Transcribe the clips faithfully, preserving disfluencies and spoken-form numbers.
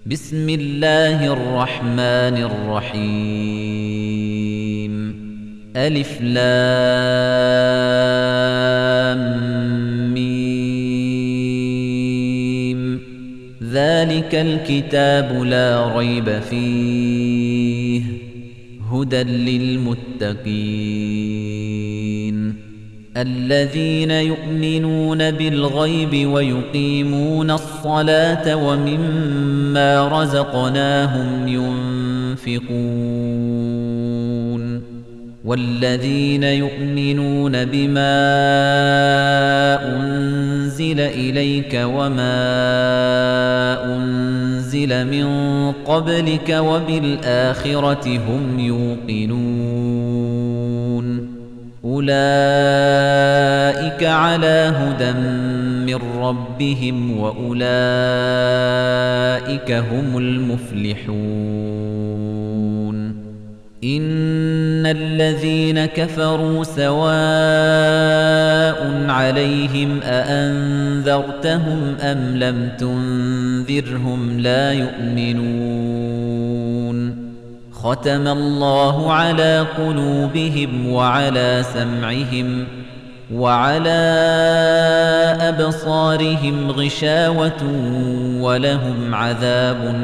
بسم الله الرحمن الرحيم ألف لام ميم ذلك الكتاب لا ريب فيه هدى للمتقين الذين يؤمنون بالغيب ويقيمون الصلاة ومما رزقناهم ينفقون والذين يؤمنون بما أنزل إليك وما أنزل من قبلك وبالآخرة هم يوقنون أولئك على هدى من ربهم وأولئك هم المفلحون إن الذين كفروا سواء عليهم أأنذرتهم أم لم تنذرهم لا يؤمنون ختم الله على قلوبهم وعلى سمعهم وعلى أبصارهم غشاوة ولهم عذاب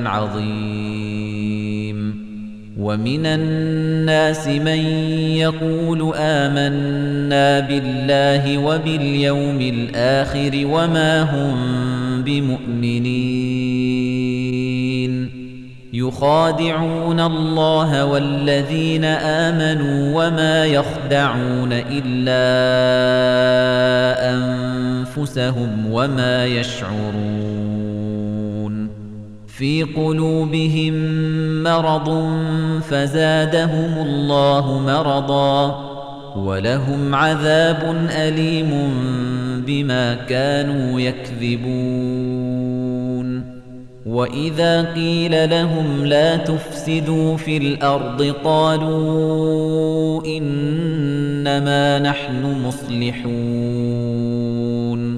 عظيم ومن الناس من يقول آمنا بالله وباليوم الآخر وما هم بمؤمنين يخادعون الله والذين آمنوا وما يخدعون إلا أنفسهم وما يشعرون في قلوبهم مرض فزادهم الله مرضا ولهم عذاب أليم بما كانوا يكذبون وإذا قيل لهم لا تفسدوا في الأرض قالوا إنما نحن مصلحون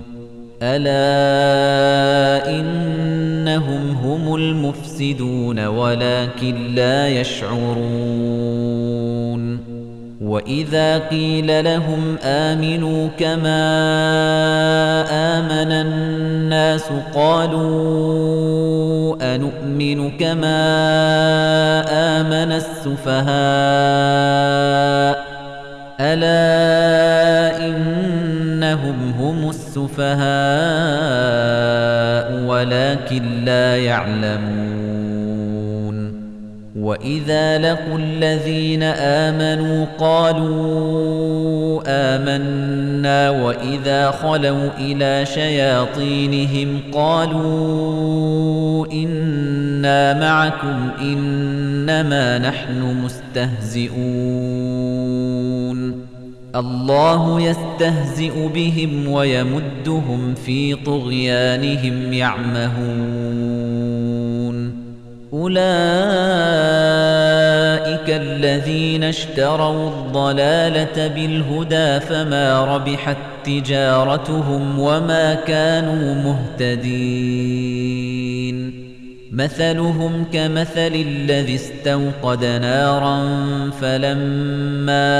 ألا إنهم هم المفسدون ولكن لا يشعرون وإذا قيل لهم آمنوا كما آمن الناس قالوا أنؤمن كما آمن السفهاء ألا إنهم هم السفهاء ولكن لا يعلمون وإذا لقوا الذين آمنوا قالوا آمنا وإذا خلوا إلى شياطينهم قالوا إنا معكم إنما نحن مستهزئون الله يستهزئ بهم ويمدهم في طغيانهم يعمهون أولئك الذين اشتروا الضلالة بالهدى فما ربحت تجارتهم وما كانوا مهتدين مثلهم كمثل الذي استوقد نارا فلما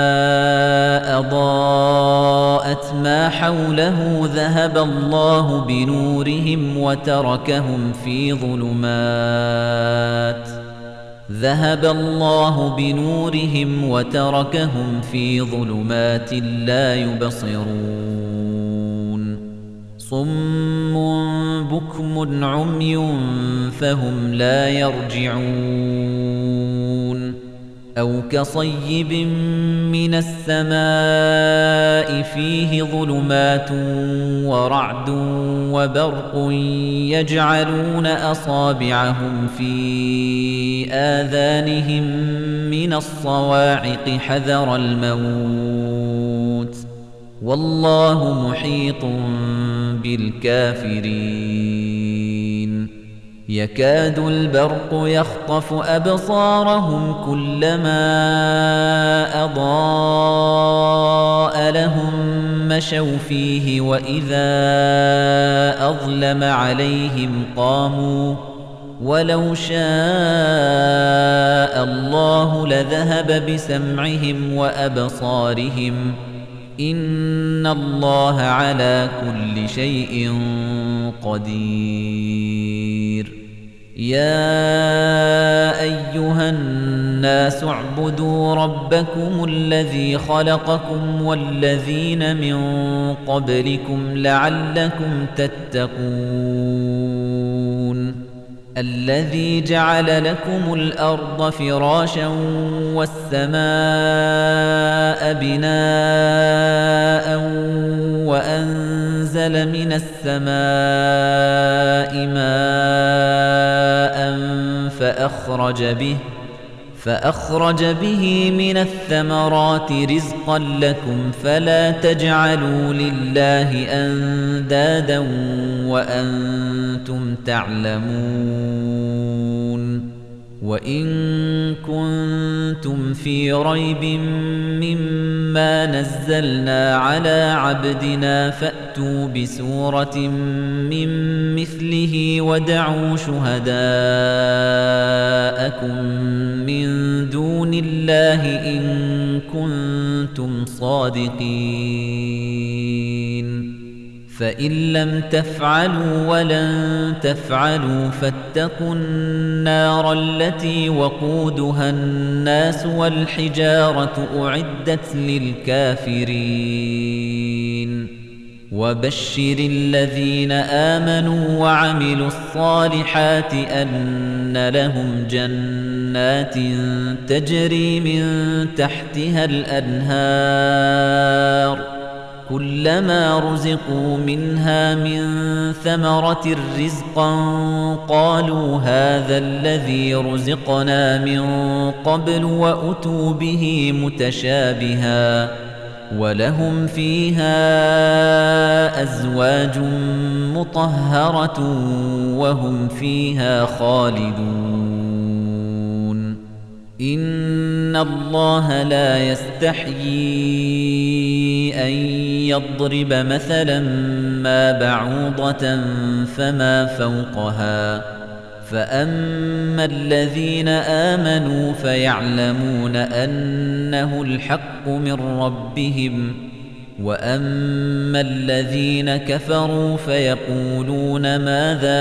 أضاءت ما حوله ذهب الله بنورهم وتركهم في ظلمات ذهب الله بنورهم وتركهم في ظلمات لا يبصرون صم بكم عمي فهم لا يرجعون أو كصيب من السماء فيه ظلمات ورعد وبرق يجعلون أصابعهم في آذانهم من الصواعق حذر الموت والله محيط بالكافرين يكاد البرق يخطف أبصارهم كلما أضاء لهم مشوا فيه وإذا أظلم عليهم قاموا ولو شاء الله لذهب بسمعهم وأبصارهم إن الله على كل شيء قدير يا أيها الناس اعبدوا ربكم الذي خلقكم والذين من قبلكم لعلكم تتقون الذي جعل لكم الأرض فراشا والسماء بناء وأنزل من السماء ماء فأخرج به فأخرج به من الثمرات رزقا لكم فلا تجعلوا لله أندادا وأنتم تعلمون وإن كنتم في ريب مما نزلنا على عبدنا فأتوا بسورة من مثله ودعوا شهداءكم من دون الله إن كنتم صادقين فإن لم تفعلوا ولن تفعلوا فاتقوا النار التي وقودها الناس والحجارة أعدت للكافرين وبشر الذين آمنوا وعملوا الصالحات أن لهم جنات تجري من تحتها الأنهار كلما رزقوا منها من ثمرة رزقا قالوا هذا الذي رزقنا من قبل وأتوا به متشابها ولهم فيها أزواج مطهرة وهم فيها خالدون إن الله لا يستحيي أن يضرب مثلا ما بعوضة فما فوقها فأما الذين آمنوا فيعلمون أنه الحق من ربهم وأما الذين كفروا فيقولون ماذا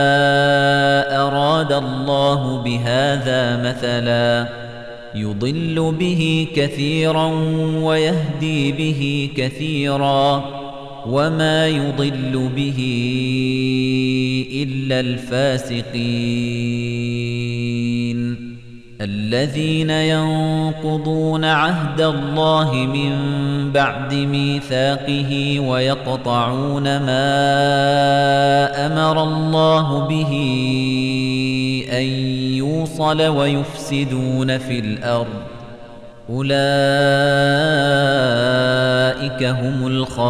أراد الله بهذا مثلا يضل به كثيرا ويهدي به كثيرا وما يضل به إلا الفاسقين الذين ينقضون عهد الله من بعد ميثاقه ويقطعون ما أمر الله به أن يوصل ويفسدون في الأرض أولئك هم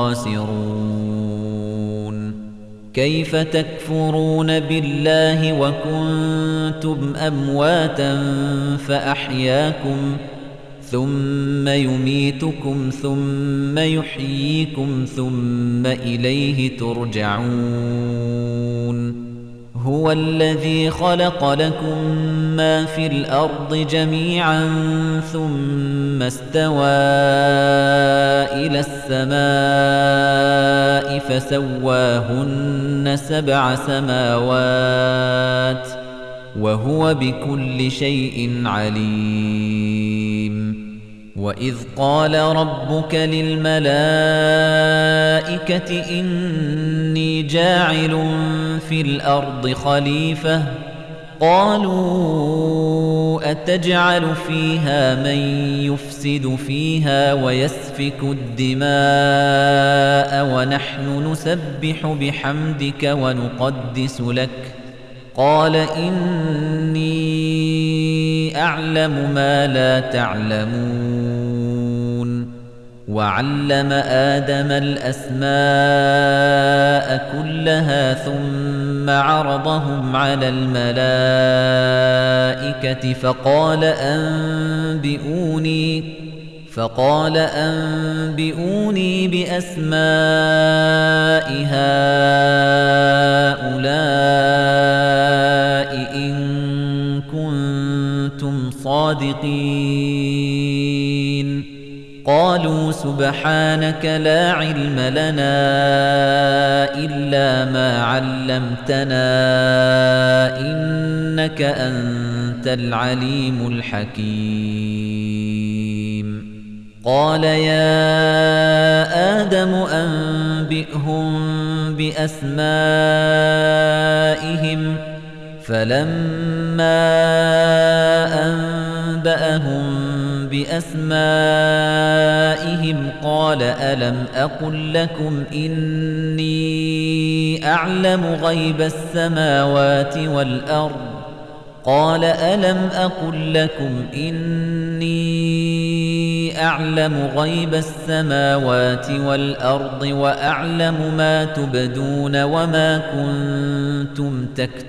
الخاسرون كيف تكفرون بالله وكنتم أمواتا فأحياكم ثم يميتكم ثم يحييكم ثم إليه ترجعون هو الذي خلق لكم ما في الأرض جميعا ثم استوى إلى السماء فسواهن سبع سماوات وهو بكل شيء عليم وإذ قال ربك للملائكة إني جاعل في الأرض خليفة قالوا أتجعل فيها من يفسد فيها ويسفك الدماء ونحن نسبح بحمدك ونقدس لك قال إني أعلم ما لا تعلمون وعلم آدم الأسماء كلها ثم عرضهم على الملائكة فقال أنبئوني فقال أنبئوني بأسماء هؤلاء إن كنتم صادقين قالوا سبحانك لا علم لنا إلا ما علمتنا إنك أنت العليم الحكيم قال يا آدم أنبئهم بأسمائهم فلما أنبأهم بأسمائهم قال ألم أقل لكم إني أعلم غيب السماوات والأرض قال ألم أقل لكم إني أعلم غيب السماوات والأرض وأعلم ما تبدون وما كنتم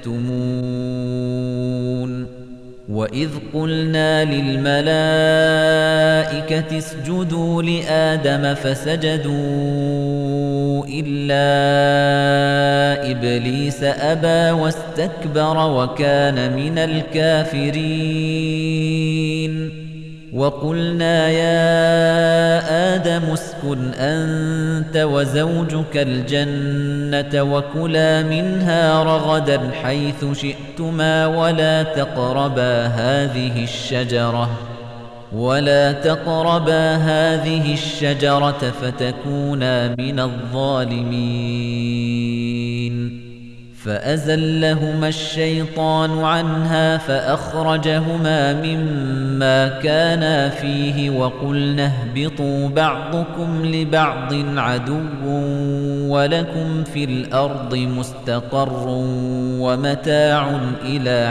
تكتمون وإذ قلنا للملائكة اسجدوا لآدم فسجدوا إلا إبليس أبى واستكبر وكان من الكافرين وقلنا يا آدم اسكن أنت وزوجك الجنة وكلا منها رغدا حيث شئتما ولا تقربا هذه الشجرة ولا تقربا هذه الشجرة فتكونا من الظالمين فأزلهما الشيطان عنها فأخرجهما مما كانا فيه وقلنا اهبطوا بعضكم لبعض عدو ولكم في الأرض مستقر ومتاع إلى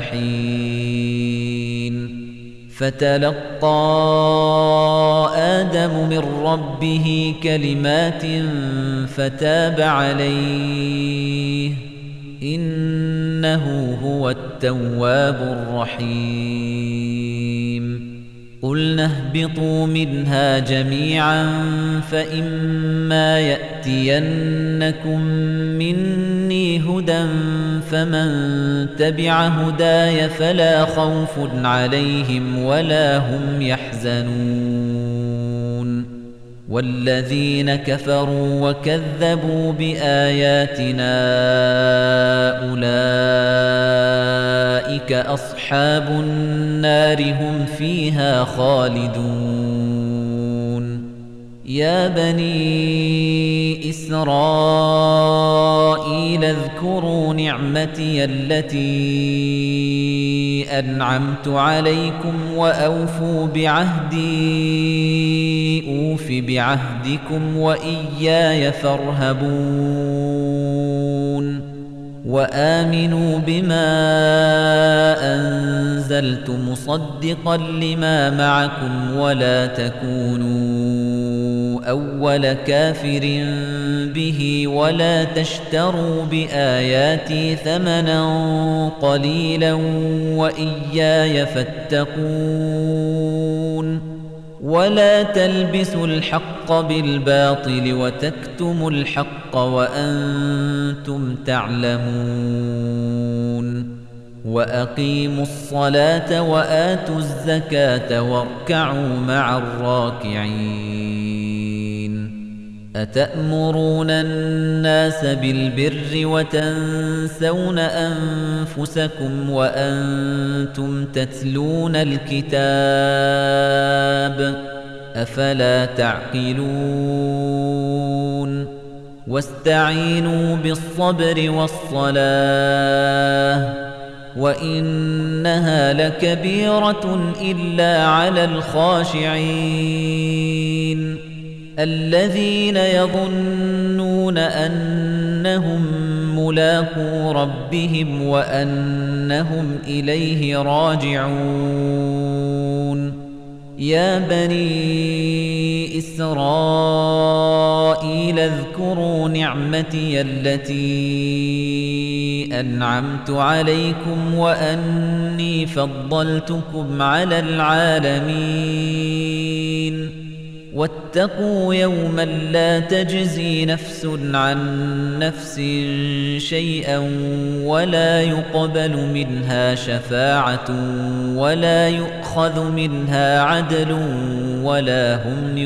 حين فتلقى آدم من ربه كلمات فتاب عليه إنه هو التواب الرحيم قلنا اهبطوا منها جميعا فإما يأتينكم مني هدى فمن تبع هداي فلا خوف عليهم ولا هم يحزنون والذين كفروا وكذبوا بآياتنا أولئك أصحاب النار هم فيها خالدون يا بني إسرائيل اذكروا نعمتي التي أنعمت عليكم وأوفوا بعهدي أوف بعهدكم وإياي فارهبون وآمنوا بما أنزلت مصدقا لما معكم ولا تكونوا أول كافر به ولا تشتروا بآياتي ثمنا قليلا وإياي فاتقون ولا تلبسوا الحق بالباطل وتكتموا الحق وأنتم تعلمون وأقيموا الصلاة وآتوا الزكاة واركعوا مع الراكعين أتأمرون الناس بالبر وتنسون أنفسكم وأنتم تتلون الكتاب أفلا تعقلون واستعينوا بالصبر والصلاة وإنها لكبيرة إلا على الخاشعين الذين يظنون أنهم ملاقو ربهم وأنهم إليه راجعون يا بني إسرائيل اذكروا نعمتي التي أنعمت عليكم وأني فضلتكم على العالمين واتقوا يوما لا تجزي نفس عن نفس شيئا ولا يقبل منها شفاعة ولا يؤخذ منها عدل ولا هم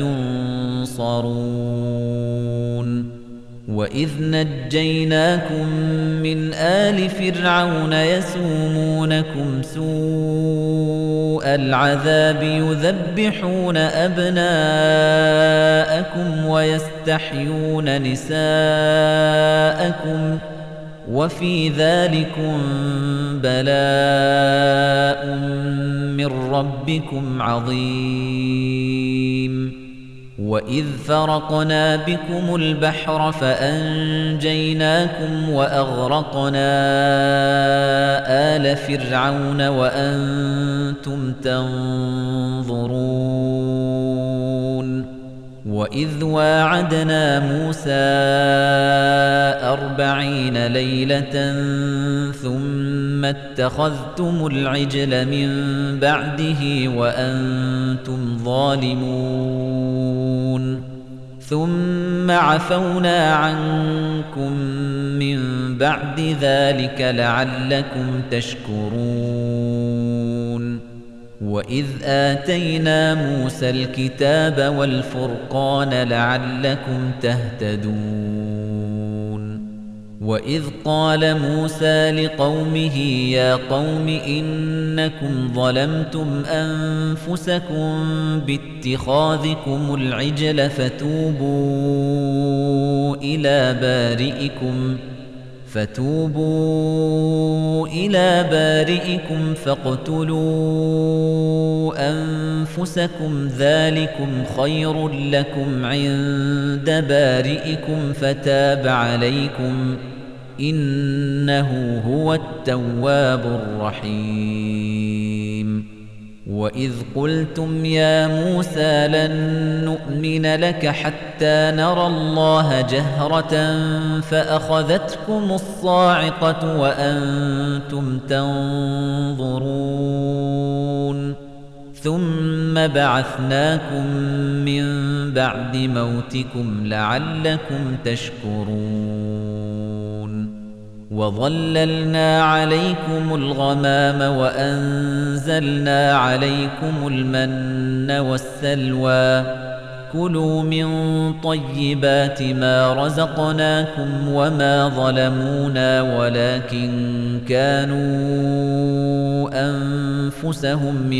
ينصرون وإذ نجيناكم من آل فرعون يسومونكم سوء العذاب يذبحون أبناءكم ويستحيون نساءكم وفي ذلكم بلاء من ربكم عظيم وإذ فرقنا بكم البحر فأنجيناكم وأغرقنا آل فرعون وأنتم تنظرون وإذ واعدنا موسى أربعين ليلة ثم اتخذتم العجل من بعده وأنتم ظالمون ثم عفونا عنكم من بعد ذلك لعلكم تشكرون وإذ آتينا موسى الكتاب والفرقان لعلكم تهتدون وإذ قال موسى لقومه يا قوم إنكم ظلمتم أنفسكم باتخاذكم العجل فتوبوا إلى بارئكم فتوبوا إلى بارئكم فاقتلوا أنفسكم ذلكم خير لكم عند بارئكم فتاب عليكم إنه هو التواب الرحيم وإذ قلتم يا موسى لن نؤمن لك حتى نرى الله جهرة فأخذتكم الصاعقة وأنتم تنظرون ثم بعثناكم من بعد موتكم لعلكم تشكرون وظللنا عليكم الغمام وأنزلنا عليكم المن والسلوى كلوا من طيبات ما رزقناكم وما ظلمونا ولكن كانوا أنفسهم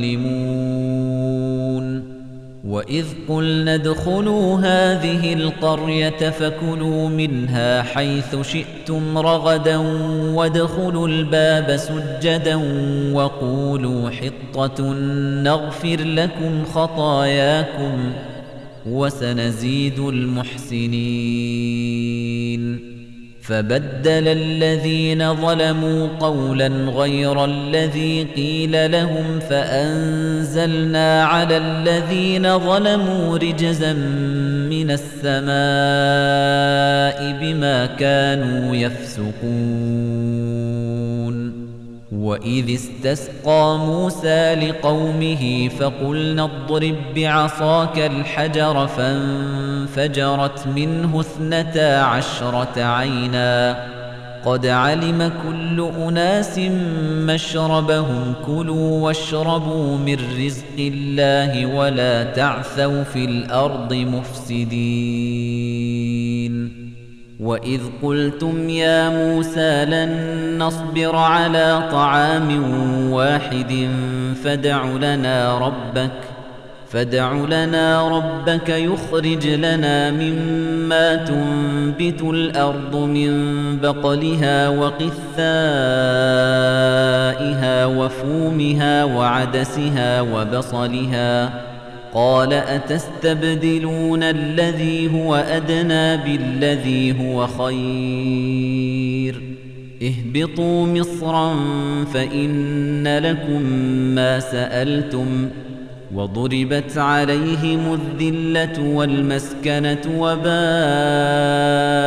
يظلمون وإذ قلنا ادخلوا هذه القرية فكلوا منها حيث شئتم رغدا وادخلوا الباب سجدا وقولوا حطة نغفر لكم خطاياكم وسنزيد المحسنين فبدل الذين ظلموا قولا غير الذي قيل لهم فأنزلنا على الذين ظلموا رجزا من السماء بما كانوا يفسقون وإذ استسقى موسى لقومه فقلنا اضرب بعصاك الحجر فانفجرت منه اثنتا عشرة عينا قد علم كل أناس مشربهم كلوا واشربوا من رزق الله ولا تعثوا في الأرض مفسدين وإذ قلتم يا موسى لن نصبر على طعام واحد فادع لنا ربك فادع لنا ربك يخرج لنا مما تنبت الأرض من بقلها وقثائها وفومها وعدسها وبصلها قال أتستبدلون الذي هو أدنى بالذي هو خير اهبطوا مصرا فإن لكم ما سألتم وضربت عليهم الذلة والمسكنة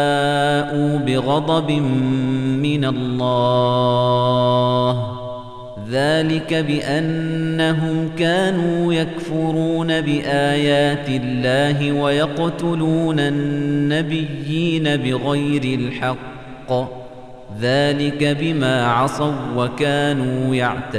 وباءوا بغضب من الله ذلك بأنهم كانوا يكفرون بآيات الله ويقتلون النبيين بغير الحق ذلك بما عصوا وكانوا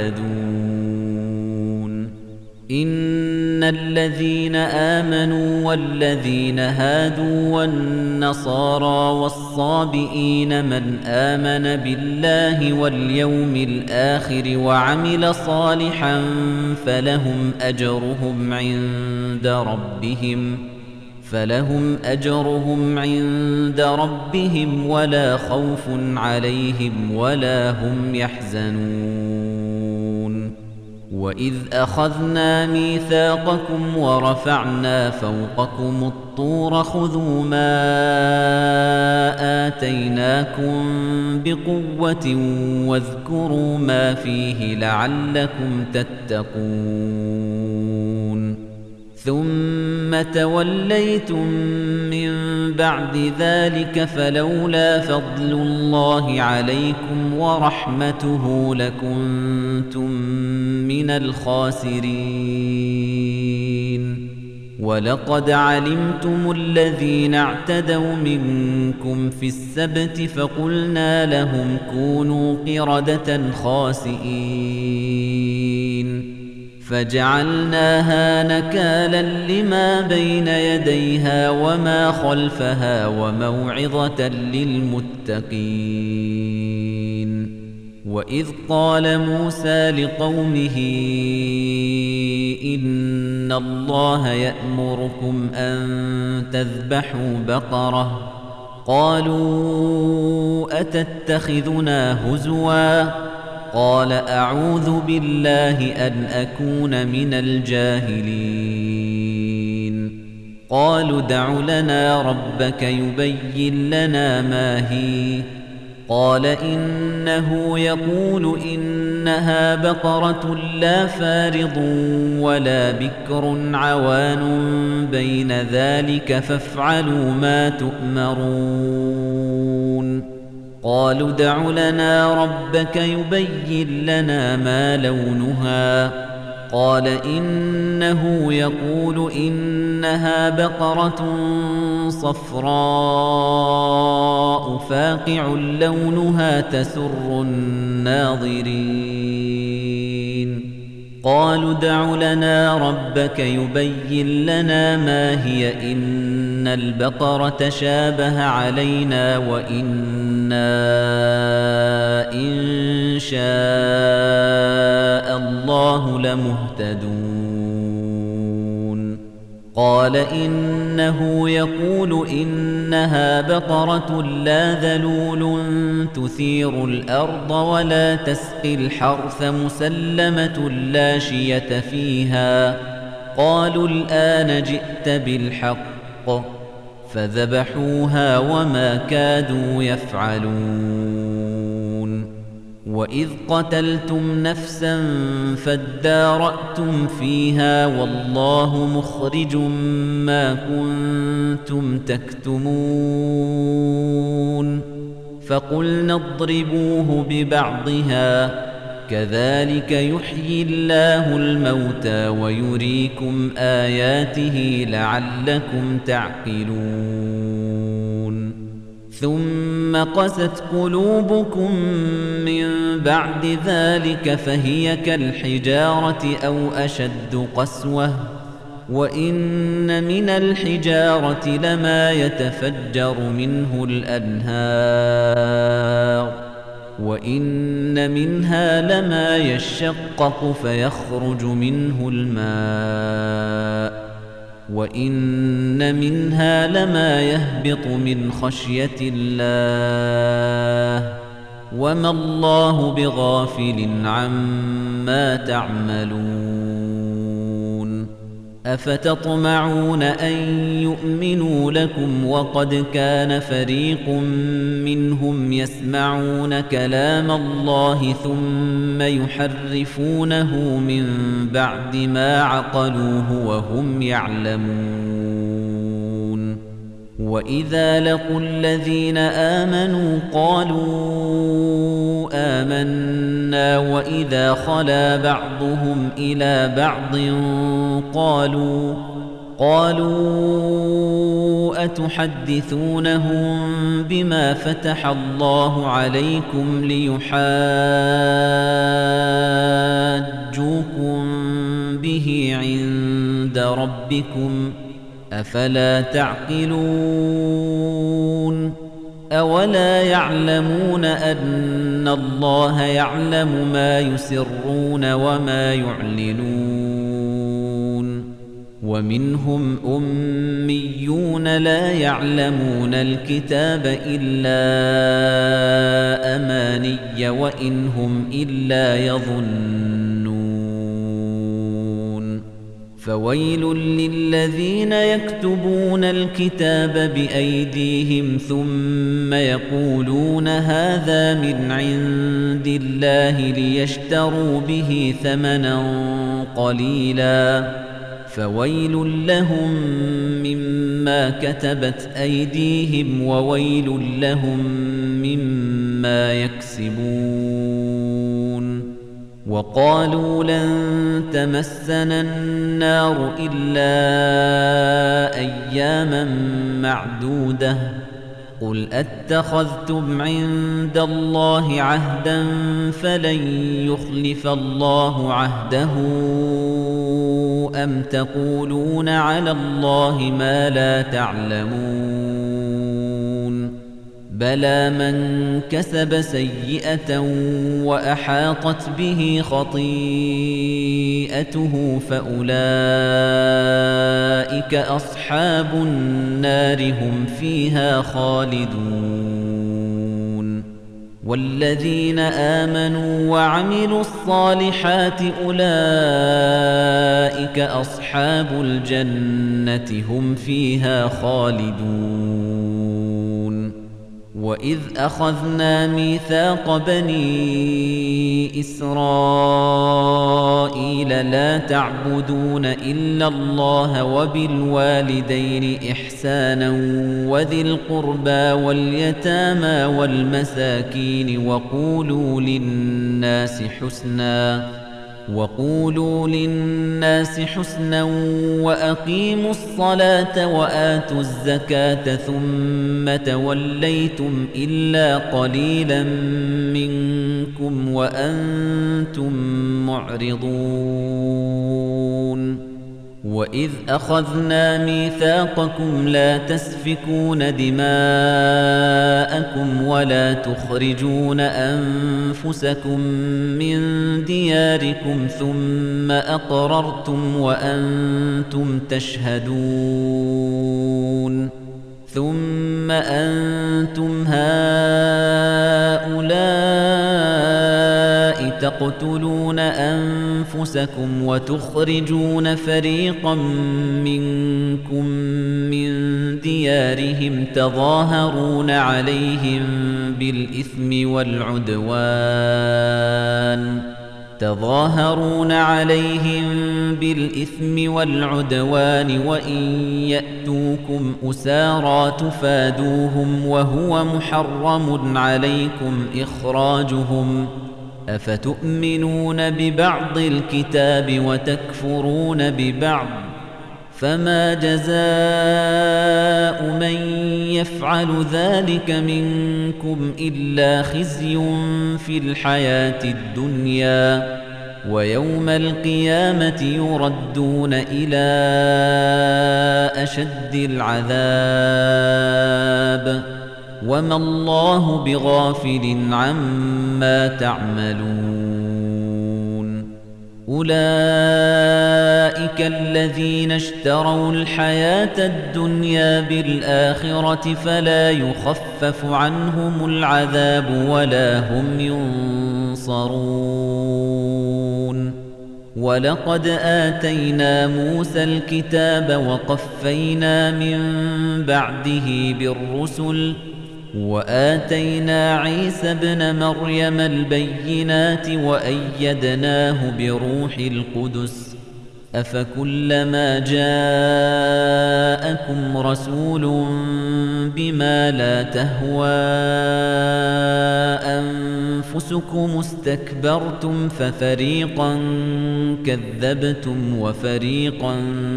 يعتدون إن الذين آمنوا والذين هادوا والنصارى والصابئين من آمن بالله واليوم الآخر وعمل صالحا فلهم أجرهم عند ربهم فلهم أجرهم عند ربهم ولا خوف عليهم ولا هم يحزنون وإذ أخذنا ميثاقكم ورفعنا فوقكم الطور خذوا ما آتيناكم بقوة واذكروا ما فيه لعلكم تتقون ثم توليتم من بعد ذلك فلولا فضل الله عليكم ورحمته لكنتم من الخاسرين ولقد علمتم الذين اعتدوا منكم في السبت فقلنا لهم كونوا قردة خاسئين فجعلناها نكالا لما بين يديها وما خلفها وموعظة للمتقين وإذ قال موسى لقومه إن الله يأمركم أن تذبحوا بقرة قالوا أتتخذنا هزوا قال أعوذ بالله أن أكون من الجاهلين قالوا دع لنا ربك يبين لنا ما هي قال إنه يقول إنها بقرة لا فارض ولا بكر عوان بين ذلك فافعلوا ما تؤمرون قالوا دع لنا ربك يبين لنا ما لونها قال إنه يقول إنها بقرة صفراء فاقع لونها تسر الناظرين قالوا دع لنا ربك يبين لنا ما هي إن البقرة شابه علينا وإنا إن شاء الله لمهتدون قال إنه يقول إنها بقرة لا ذلول تثير الأرض ولا تسقي الحرث مسلمة لا شية فيها قالوا الآن جئت بالحق فذبحوها وما كادوا يفعلون وإذ قتلتم نفسا فادارأتم فيها والله مخرج ما كنتم تكتمون فقلنا اضربوه ببعضها كذلك يحيي الله الموتى ويريكم آياته لعلكم تعقلون ثم قست قلوبكم من بعد ذلك فهي كالحجارة أو أشد قسوة وإن من الحجارة لما يتفجر منه الأنهار وإن منها لما يشقق فيخرج منه الماء وإن منها لما يهبط من خشية الله وما الله بغافل عما تعملون أفتطمعون أن يؤمنوا لكم وقد كان فريق منهم يسمعون كلام الله ثم يحرفونه من بعد ما عقلوه وهم يعلمون وَإِذَا لَقُوا الَّذِينَ آمَنُوا قَالُوا آمَنَّا وَإِذَا خَلَا بَعْضُهُمْ إِلَى بَعْضٍ قَالُوا قَالُوا أَتُحَدِّثُونَهُم بِمَا فَتَحَ اللَّهُ عَلَيْكُمْ لِيُحَاجُّوكُم بِهِ عِندَ رَبِّكُمْ أَفَلَا تَعْقِلُونَ أَوَلَا يَعْلَمُونَ أَنَّ اللَّهَ يَعْلَمُ مَا يُسِرُّونَ وَمَا يُعْلِنُونَ وَمِنْهُمْ أُمِّيُّونَ لَا يَعْلَمُونَ الْكِتَابَ إِلَّا أَمَانِيَّ وَإِنْ هُمْ إِلَّا يَظُنُّونَ فَوَيْلٌ لِّلَّذِينَ يَكْتُبُونَ الْكِتَابَ بِأَيْدِيهِمْ ثُمَّ يَقُولُونَ هَٰذَا مِنْ عِندِ اللَّهِ لِيَشْتَرُوا بِهِ ثَمَنًا قَلِيلًا فَوَيْلٌ لَّهُم مِّمَّا كَتَبَتْ أَيْدِيهِمْ وَوَيْلٌ لَّهُم مِّمَّا يَكْسِبُونَ وَقَالُوا لَن تَمَسَّنَا النَّارُ إِلَّا أَيَّامًا مَّعْدُودَةً قُلْ أَتَّخَذْتُمْ عِندَ اللَّهِ عَهْدًا فَلَن يُخْلِفَ اللَّهُ عَهْدَهُ أَمْ تَقُولُونَ عَلَى اللَّهِ مَا لَا تَعْلَمُونَ بَلَىٰ مَن كَسَبَ سَيِّئَةً وَأَحَاطَتْ بِهِ خَطِيئَتُهُ فَأُولَٰئِكَ أَصْحَابُ النَّارِ هُمْ فِيهَا خَالِدُونَ وَالَّذِينَ آمَنُوا وَعَمِلُوا الصَّالِحَاتِ أُولَٰئِكَ أَصْحَابُ الْجَنَّةِ هُمْ فِيهَا خَالِدُونَ وَإِذْ أَخَذْنَا مِيثَاقَ بَنِي إِسْرَائِيلَ لَا تَعْبُدُونَ إِلَّا اللَّهَ وَبِالْوَالِدَيْنِ إِحْسَانًا وَذِي الْقُرْبَىٰ وَالْيَتَامَىٰ وَالْمَسَاكِينِ وَقُولُوا لِلنَّاسِ حُسْنًا وَقُولُوا لِلنَّاسِ حُسْنًا وَأَقِيمُوا الصَّلَاةَ وَآتُوا الزَّكَاةَ ثُمَّ تَوَلَّيْتُمْ إِلَّا قَلِيلًا مِّنكُمْ وَأَنتُم مُّعْرِضُونَ وَإِذْ أَخَذْنَا مِيثَاقَكُمْ لَا تَسْفِكُونَ دِمَاءَكُمْ وَلَا تُخْرِجُونَ أَنفُسَكُم مِّن دِيَارِكُمْ ثُمَّ أَقْرَرْتُمْ وَأَنتُمْ تَشْهَدُونَ ثُمَّ أَنتُمْ هَٰؤُلَاءِ تَقْتُلُونَ أَنفُسَكُمْ وَتُخْرِجُونَ فَرِيقًا مِّنكُم مِّن دِيَارِهِمْ تَظَاهَرُونَ عَلَيْهِم بِالْإِثْمِ وَالْعُدْوَانِ تَظَاهَرُونَ عَلَيْهِم بِالْإِثْمِ وَالْعُدْوَانِ وَإِن يَأْتُوكُمْ أُسَارَىٰ تُفَادُوهُمْ وَهُوَ مُحَرَّمٌ عَلَيْكُمْ إِخْرَاجُهُمْ أَفَتُؤْمِنُونَ بِبَعْضِ الْكِتَابِ وَتَكْفُرُونَ بِبَعْضٍ فَمَا جَزَاءُ مَن يَفْعَلُ ذَلِكَ مِنكُمْ إِلَّا خِزْيٌ فِي الْحَيَاةِ الدُّنْيَا وَيَوْمَ الْقِيَامَةِ يُرَدُّونَ إِلَىٰ أَشَدِّ الْعَذَابِ وَمَا اللَّهُ بِغَافِلٍ عَمَّا تَعْمَلُونَ أُولَئِكَ الَّذِينَ اشْتَرَوُا الْحَيَاةَ الدُّنْيَا بِالْآخِرَةِ فَلَا يُخَفَّفُ عَنْهُمُ الْعَذَابُ وَلَا هُمْ يُنصَرُونَ وَلَقَدْ آتَيْنَا مُوسَى الْكِتَابَ وَقَفَّيْنَا مِن بَعْدِهِ بِالرُّسُلِ وَآتَيْنَا عِيسَى ابْنَ مَرْيَمَ الْبَيِّنَاتِ وَأَيَّدْنَاهُ بِرُوحِ الْقُدُسِ أفكلما جاءكم رسول بما لا تهوى أنفسكم استكبرتم ففريقا كذبتم وفريقا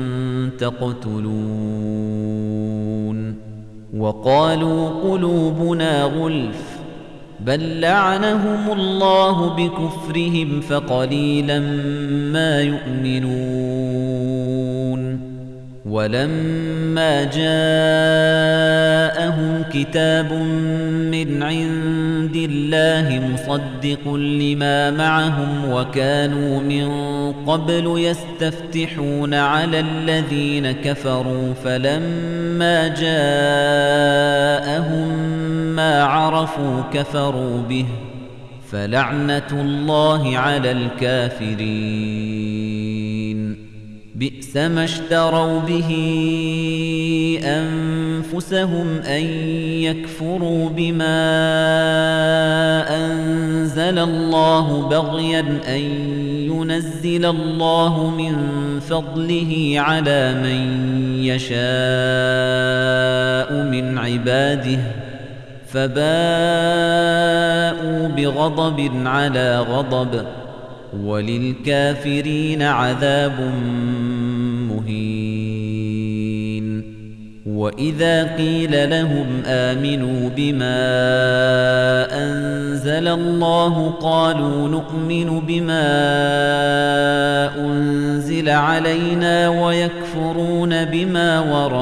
تقتلون وقالوا قلوبنا غلف بل لعنهم الله بكفرهم فقليلا ما يؤمنون ولما جاءهم كتاب من عند الله مصدق لما معهم وكانوا من قبل يستفتحون على الذين كفروا فلما جاءهم ما عرفوا كفروا به فلعنة الله على الكافرين بئس ما اشتروا به أنفسهم أن يكفروا بما أنزل الله بغيا أن ينزل الله من فضله على من يشاء من عباده فباءوا بغضب على غضب وللكافرين عذاب مهين وإذا قيل لهم آمنوا بما أنزل الله قالوا نؤمن بما أنزل علينا ويكفرون بما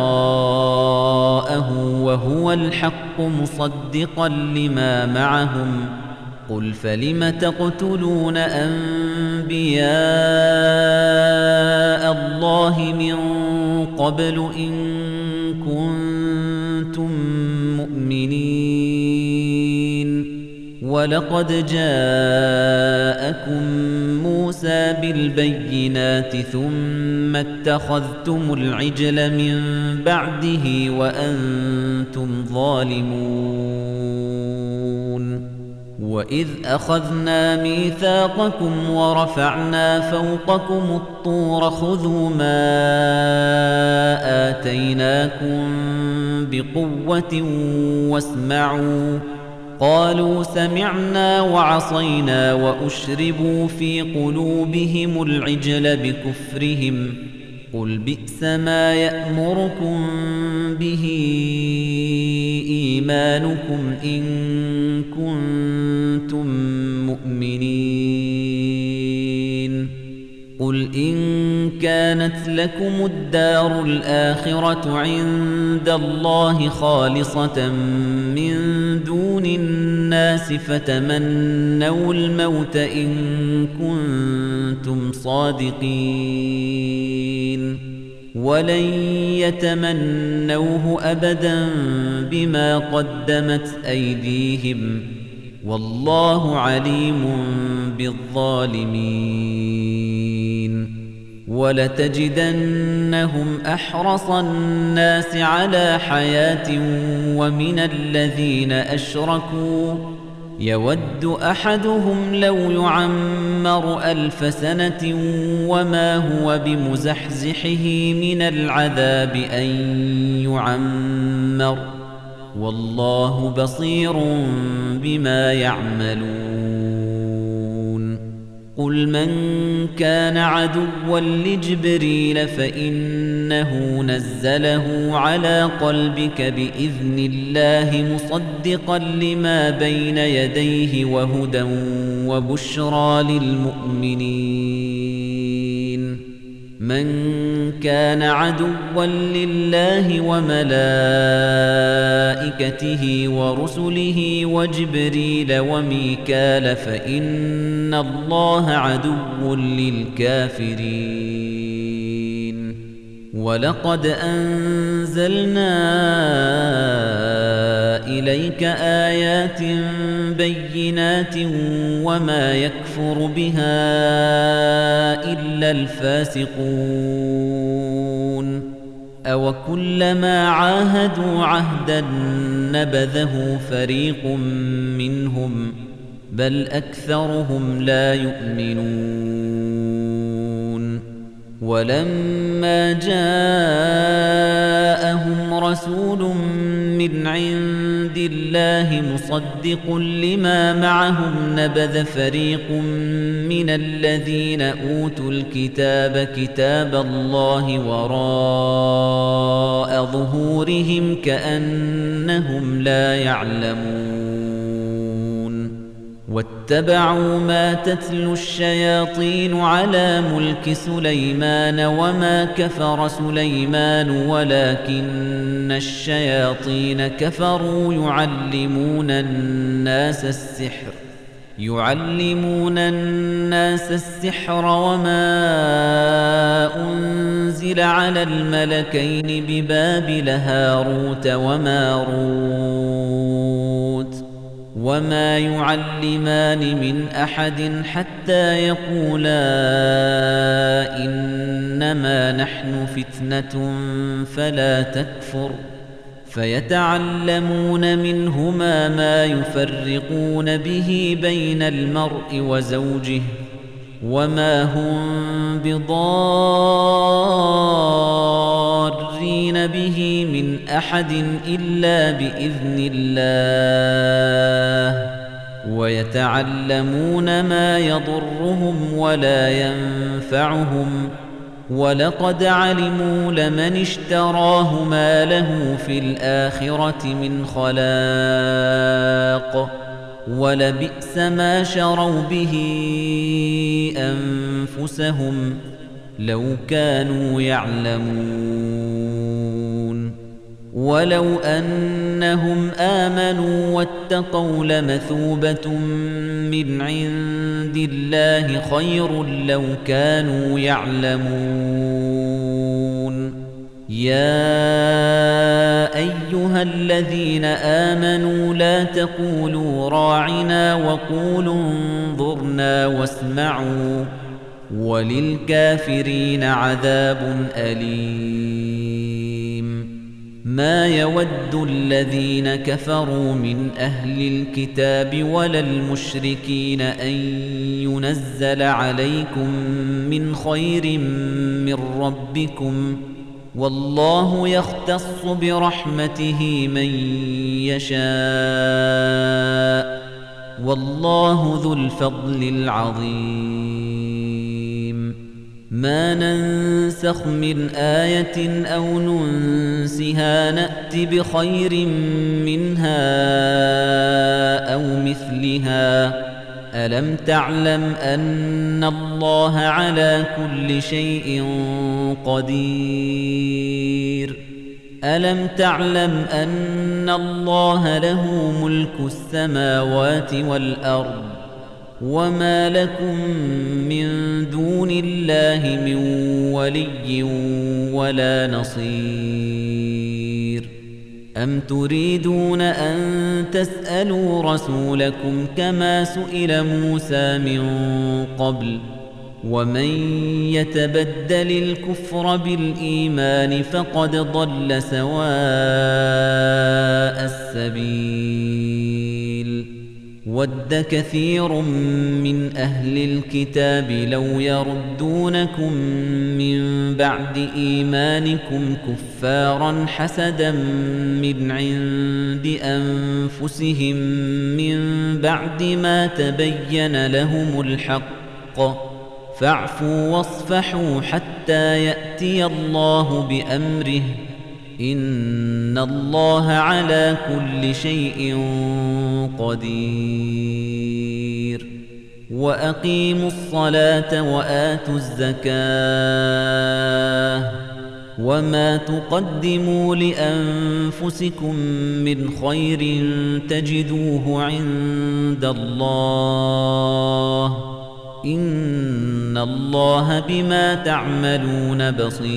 وراءه وهو الحق مصدقا لما معهم قل فلم تقتلون أنبياء الله من قبل إن كنتم مؤمنين ولقد جاءكم موسى بالبينات ثم اتخذتم العجل من بعده وأنتم ظالمون وإذ أخذنا ميثاقكم ورفعنا فوقكم الطور خذوا ما آتيناكم بقوة واسمعوا قالوا سمعنا وعصينا وأشربوا في قلوبهم العجل بكفرهم قل بئس ما يأمركم به إيمانكم إن كنتم مؤمنين قل إن كانت لكم الدار الآخرة عند الله خالصة من دون الناس فتمنوا الموت إن كنتم صادقين ولن يتمنوه أبدا بما قدمت أيديهم والله عليم بالظالمين ولتجدنهم أحرص الناس على حياة ومن الذين أشركوا يود أحدهم لو يعمر ألف سنة وما هو بمزحزحه من العذاب أن يعمر والله بصير بما يعملون قل من كان عدوا لجبريل فإنه نزله على قلبك بإذن الله مصدقا لما بين يديه وهدى وبشرى للمؤمنين من كان عدوا لله وملائكته ورسله وجبريل وميكال فإن الله عدو للكافرين ولقد أنزلنا إليك آيات بينات وما يكفر بها إلا الفاسقون أو كلما عاهدوا عهدا نبذه فريق منهم بل أكثرهم لا يؤمنون ولما جاءهم رسول من عند الله مصدق لما معهم نبذ فريق من الذين أوتوا الكتاب كتاب الله وراء ظهورهم كأنهم لا يعلمون واتبعوا ما تتلو الشياطين على ملك سليمان وما كفر سليمان ولكن الشياطين كفروا يعلمون الناس السحر يعلمون الناس السحر وما أنزل على الملكين ببابل هاروت وماروت وما يعلمان من أحد حتى يقولا إنما نحن فتنة فلا تكفر فيتعلمون منهما ما يفرقون به بين المرء وزوجه وما هم بضارين به من أحد إلا بإذن الله ويتعلمون ما يضرهم ولا ينفعهم ولقد علموا لمن اشتراه ما له في الآخرة من خلاق ولبئس ما شروا به أنفسهم لو كانوا يعلمون ولو أنهم آمنوا واتقوا لمثوبة من عند الله خير لو كانوا يعلمون يا أيها الذين آمنوا لا تقولوا راعنا وقولوا انظرنا واسمعوا وللكافرين عذاب أليم ما يود الذين كفروا من أهل الكتاب ولا المشركين أن ينزل عليكم من خير من ربكم والله يختص برحمته من يشاء والله ذو الفضل العظيم ما ننسخ من آية أو ننسها نأت بخير منها أو مثلها ألم تعلم أن الله على كل شيء قدير ألم تعلم أن الله له ملك السماوات والأرض وما لكم من دون الله من ولي ولا نصير أم تريدون أن تسألوا رسولكم كما سئل موسى من قبل ومن يتبدل الكفر بالإيمان فقد ضل سواء السبيل ود كثير من أهل الكتاب لو يردونكم من بعد إيمانكم كفارا حسدا من عند أنفسهم من بعد ما تبين لهم الحق فاعفوا واصفحوا حتى يأتي الله بأمره إن الله على كل شيء قدير وأقيموا الصلاة وآتوا الزكاة وما تقدموا لأنفسكم من خير تجدوه عند الله إن الله بما تعملون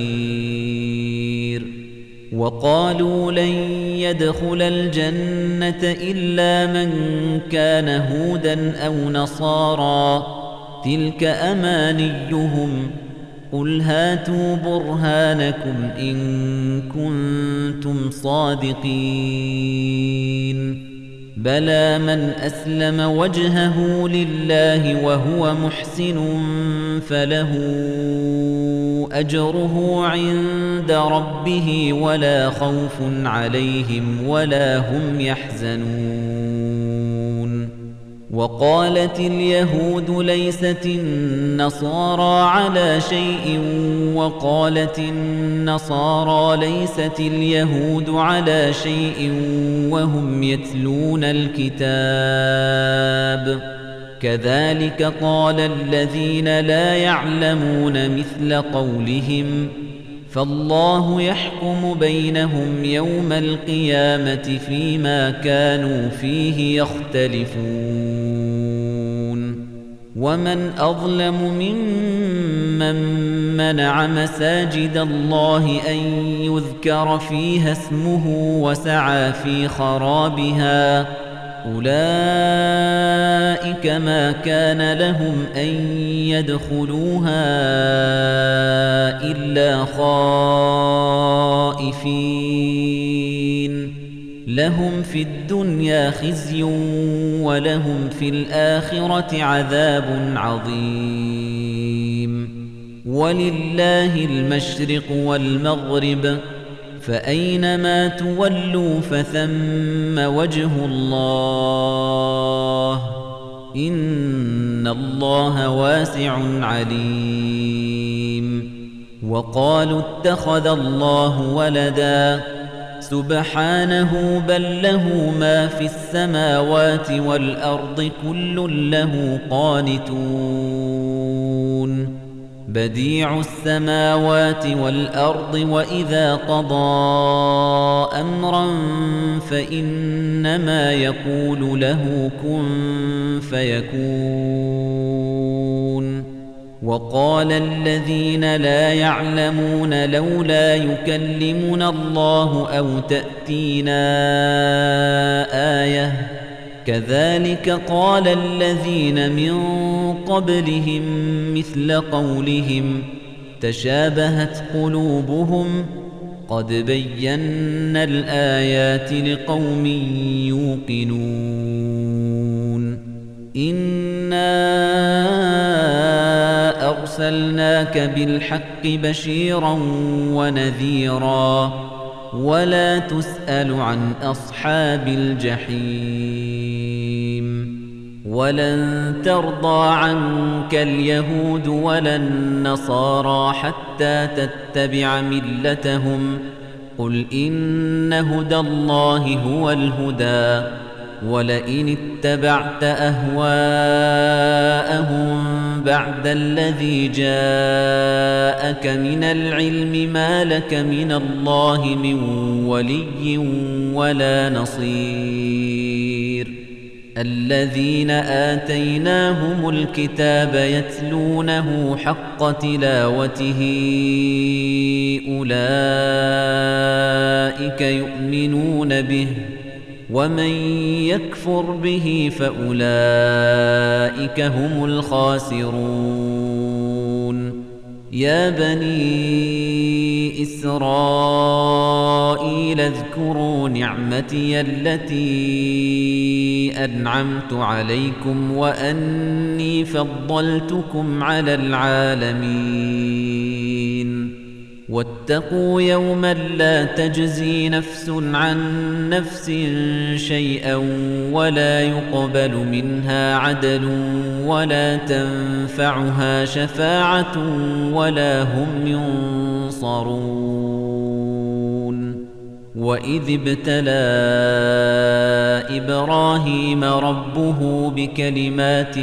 بصير وقالوا لن يدخل الجنة إلا من كان هودا أو نصارى تلك أمانيهم قل هاتوا برهانكم إن كنتم صادقين بلى من أسلم وجهه لله وهو محسن فله أجره عند ربه ولا خوف عليهم ولا هم يحزنون وقالت اليهود ليست النصارى على شيء وقالت النصارى ليست اليهود على شيء وهم يتلون الكتاب كذلك قال الذين لا يعلمون مثل قولهم فالله يحكم بينهم يوم القيامة فيما كانوا فيه يختلفون ومن أظلم ممن منع مساجد الله أن يذكر فيها اسمه وسعى في خرابها أولئك ما كان لهم أن يدخلوها إلا خائفين لهم في الدنيا خزي ولهم في الآخرة عذاب عظيم ولله المشرق والمغرب فأينما تولوا فثم وجه الله إن الله واسع عليم وقالوا اتخذ الله ولدا سبحانه بل له ما في السماوات والأرض كل له قانتون بديع السماوات والأرض وإذا قضى أمرا فإنما يقول له كن فيكون وقال الذين لا يعلمون لولا يكلمنا الله أو تأتينا آية كذلك قال الذين من قبلهم مثل قولهم تشابهت قلوبهم قد بينا الآيات لقوم يوقنون إنا أرسلناك بالحق بشيرا ونذيرا ولا تسأل عن أصحاب الجحيم ولن ترضى عنك اليهود ولا النصارى حتى تتبع ملتهم قل إن هدى الله هو الهدى ولئن اتبعت أهواءهم بعد الذي جاءك من العلم ما لك من الله من ولي ولا نصير الذين آتيناهم الكتاب يتلونه حق تلاوته أولئك يؤمنون به ومن يكفر به فأولئك هم الخاسرون يا بني إسرائيل اذكروا نعمتي التي أنعمت عليكم وأني فضلتكم على العالمين واتقوا يوما لا تجزي نفس عن نفس شيئا ولا يقبل منها عدل ولا تنفعها شفاعة ولا هم ينصرون وإذ ابتلى إبراهيم ربه بكلمات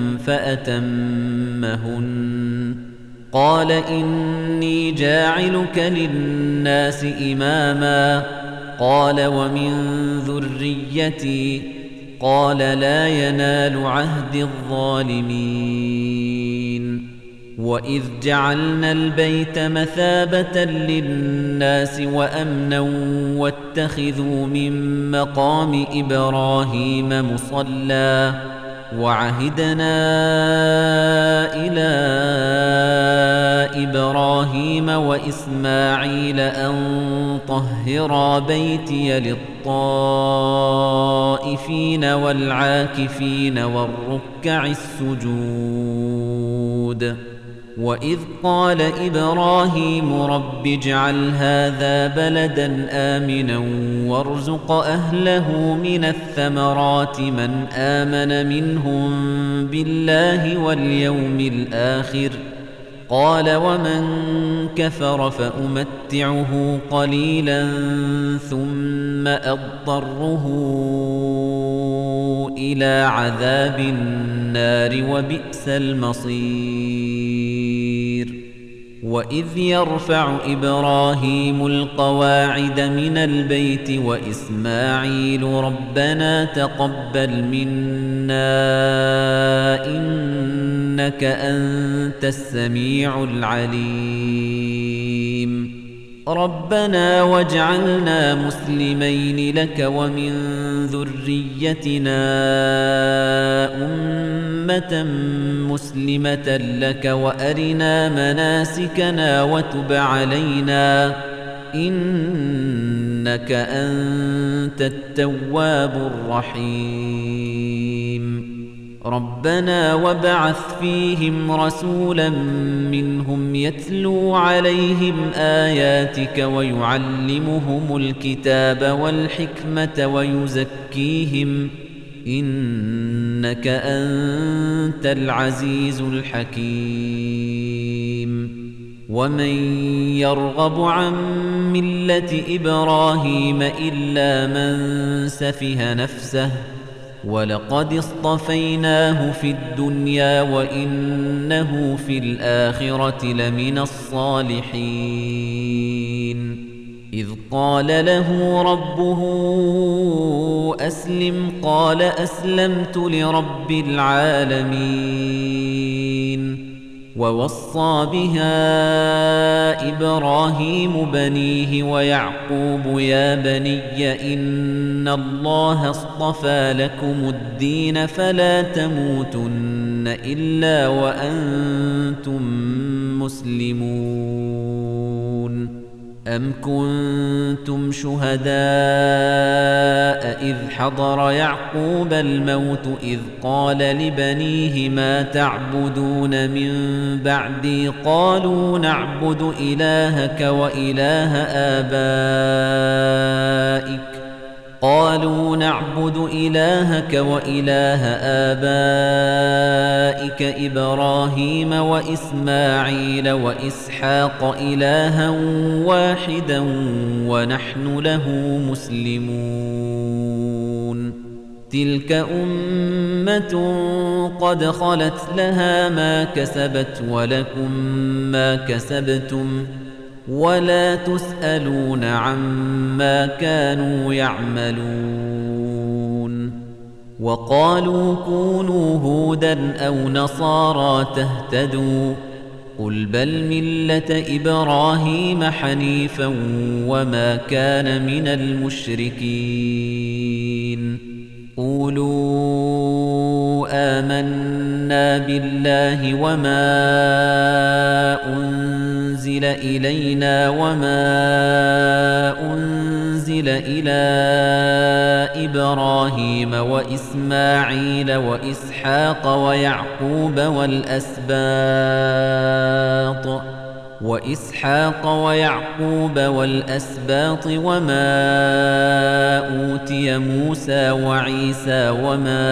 فأتمهن قال إني جاعلك للناس إماما قال ومن ذريتي قال لا ينال عهد الظالمين وإذ جعلنا البيت مثابة للناس وأمنا واتخذوا من مقام إبراهيم مصلى وعهدنا إلى إبراهيم إبراهيم وإسماعيل أن طهرا بيتي للطائفين والعاكفين والركع السجود وإذ قال إبراهيم رب اجعل هذا بلدا آمنا وارزق أهله من الثمرات من آمن منهم بالله واليوم الآخر قال ومن كفر فأمتعه قليلا ثم أضطره إلى عذاب النار وبئس المصير وإذ يرفع إبراهيم القواعد من البيت وإسماعيل ربنا تقبل منا إنك أنت السميع العليم ربنا واجعلنا مسلمين لك ومن ذريتنا أمة مسلمة لك وأرنا مناسكنا وتب علينا إنك أنت التواب الرحيم ربنا وابعث فيهم رسولا منهم يتلو عليهم آياتك ويعلمهم الكتاب والحكمة ويزكيهم إنك أنت العزيز الحكيم ومن يرغب عن ملة إبراهيم إلا من سفه نفسه ولقد اصطفيناه في الدنيا وإنه في الآخرة لمن الصالحين إذ قال له ربه أسلم قال أسلمت لرب العالمين ووصى بها إبراهيم بنيه ويعقوب يا بني إن الله اصطفى لكم الدين فلا تموتن إلا وأنتم مسلمون أم كنتم شهداء إذ حضر يعقوب الموت إذ قال لبنيه ما تعبدون من بعدي قالوا نعبد إلهك وإله آبائك قالوا نعبد إلهك وإله آبائك إبراهيم وإسماعيل وإسحاق إلها واحدا ونحن له مسلمون تلك أمة قد خلت لها ما كسبت ولكم ما كسبتم ولا تسألون عما كانوا يعملون وقالوا كونوا هودا أو نصارى تهتدوا قل بل ملة إبراهيم حنيفا وما كان من المشركين قولوا آمنا بالله وما أنزل إلينا وما أنزل إلى إبراهيم وإسماعيل وإسحاق ويعقوب والأسباط وإسحاق ويعقوب والأسباط وما أوتي موسى وعيسى وما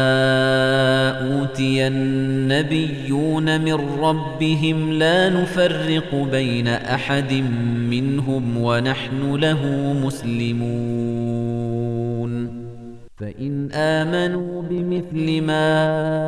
أوتي النبيون من ربهم لا نفرق بين أحد منهم ونحن له مسلمون فإن آمنوا بمثل ما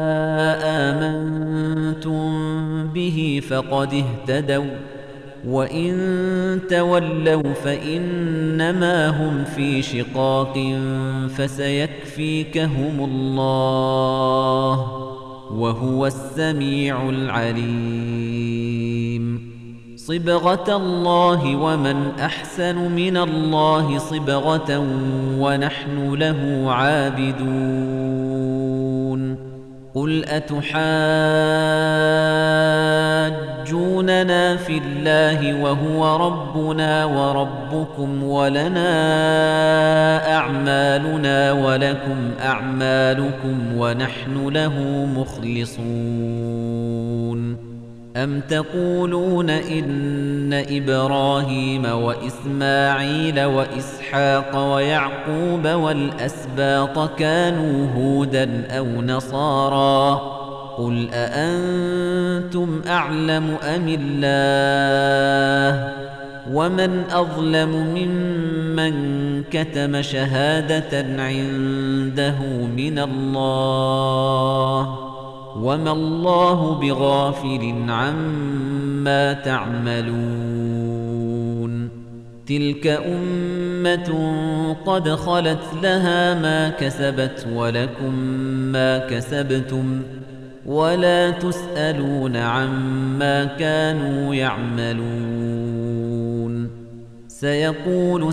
آمنتم به فقد اهتدوا وإن تولوا فإنما هم في شقاق فسيكفيكهم الله وهو السميع العليم صبغة الله ومن أحسن من الله صبغة ونحن له عابدون قل أتحاجوننا إلا في الله وهو ربنا وربكم ولنا أعمالنا ولكم أعمالكم ونحن له مخلصون أم تقولون إن إبراهيم وإسماعيل وإسحاق ويعقوب والأسباط كانوا هودا أو نصارى قل أأنتم أعلم أم الله ومن أظلم ممن كتم شهادة عنده من الله وما الله بغافل عما تعملون تلك أمة قد خلت لها ما كسبت ولكم ما كسبتم ولا تسألون عما كانوا يعملون سيقول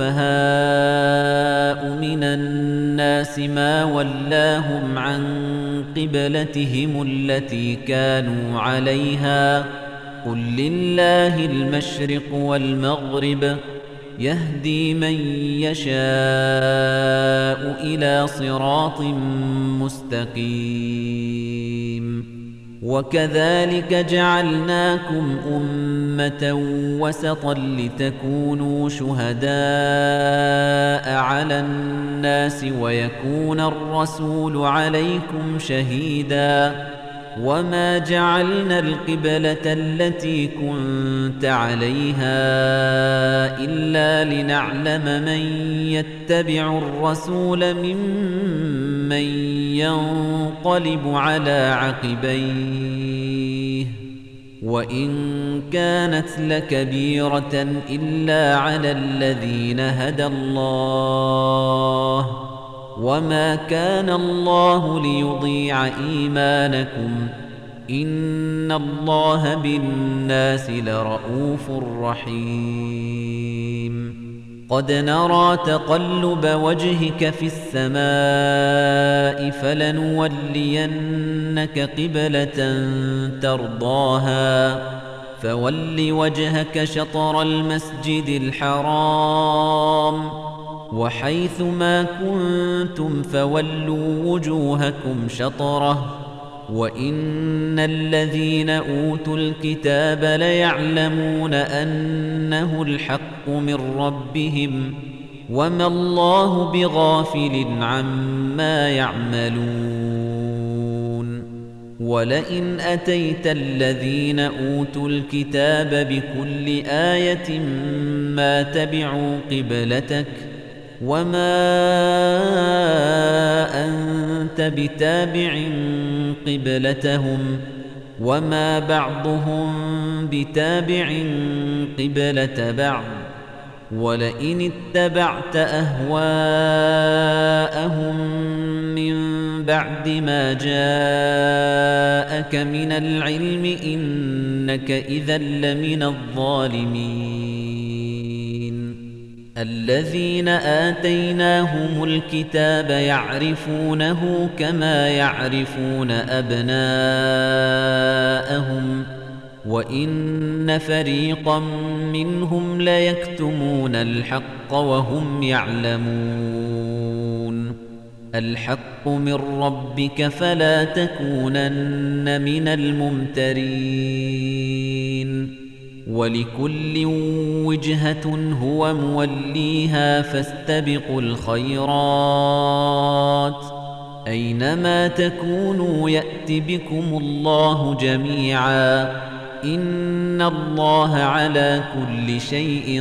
السفهاء من الناس ما ولاهم عن قبلتهم التي كانوا عليها قل لله المشرق والمغرب يهدي من يشاء إلى صراط مستقيم وكذلك جعلناكم أمة وسطا لتكونوا شهداء على الناس ويكون الرسول عليكم شهيدا وما جعلنا القبلة التي كنت عليها إلا لنعلم من يتبع الرسول ممن ينقلب على عقبيه وإن كانت لكبيرة إلا على الذين هدى الله وما كان الله ليضيع إيمانكم إن الله بالناس لرؤوف رحيم قد نرى تقلب وجهك في السماء فلنولينك قبلة ترضاها فول وجهك شطر المسجد الحرام وحيث ما كنتم فولوا وجوهكم شطره وإن الذين أوتوا الكتاب ليعلمون أنه الحق من ربهم وما الله بغافل عما يعملون ولئن أتيت الذين أوتوا الكتاب بكل آية ما تبعوا قبلتك وما أنت بتابع قبلتهم وما بعضهم بتابع قبلة بعض ولئن اتبعت أهواءهم من بعد ما جاءك من العلم إنك إذا لمن الظالمين الذين آتيناهم الكتاب يعرفونه كما يعرفون أبناءهم وإن فريقا منهم ليكتمون الحق وهم يعلمون الحق من ربك فلا تكونن من الممترين ولكل وجهة هو موليها فاستبقوا الخيرات أينما تكونوا يأت بكم الله جميعا إن الله على كل شيء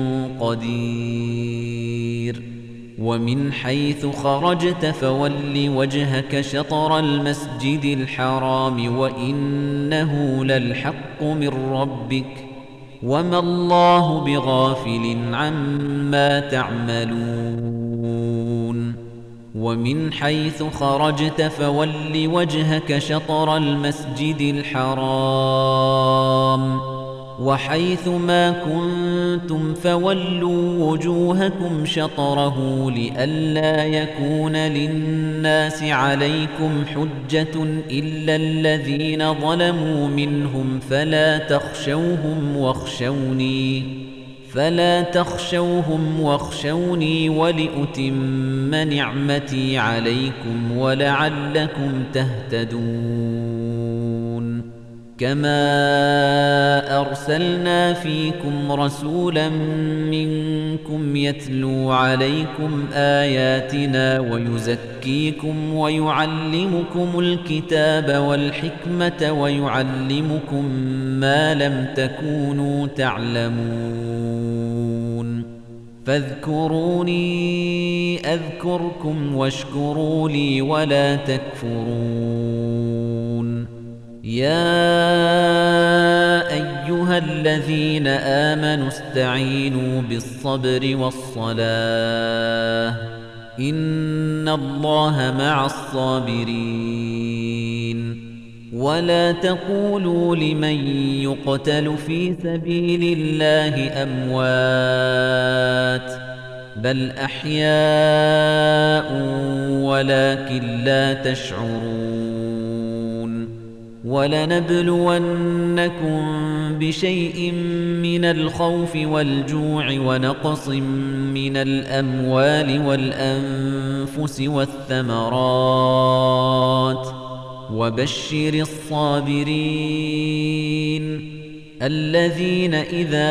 قدير ومن حيث خرجت فول وجهك شطر المسجد الحرام وإنه للحق من ربك وما الله بغافل عما تعملون ومن حيث خرجت فول وجهك شطر المسجد الحرام وحيث ما كنتم فولوا وجوهكم شطره لئلا يكون للناس عليكم حجة إلا الذين ظلموا منهم فلا تخشوهم واخشوني فلا تخشوهم واخشوني ولأتم نعمتي عليكم ولعلكم تهتدون كما أرسلنا فيكم رسولا منكم يتلو عليكم آياتنا ويزكيكم ويعلمكم الكتاب والحكمة ويعلمكم ما لم تكونوا تعلمون فاذكروني أذكركم واشكروا لي ولا تكفرون يا أيها الذين آمنوا استعينوا بالصبر والصلاة إن الله مع الصابرين ولا تقولوا لمن يقتل في سبيل الله أموات بل أحياء ولكن لا تشعرون ولنبلونكم بشيء من الخوف والجوع ونقص من الأموال والأنفس والثمرات وبشر الصابرين الذين إذا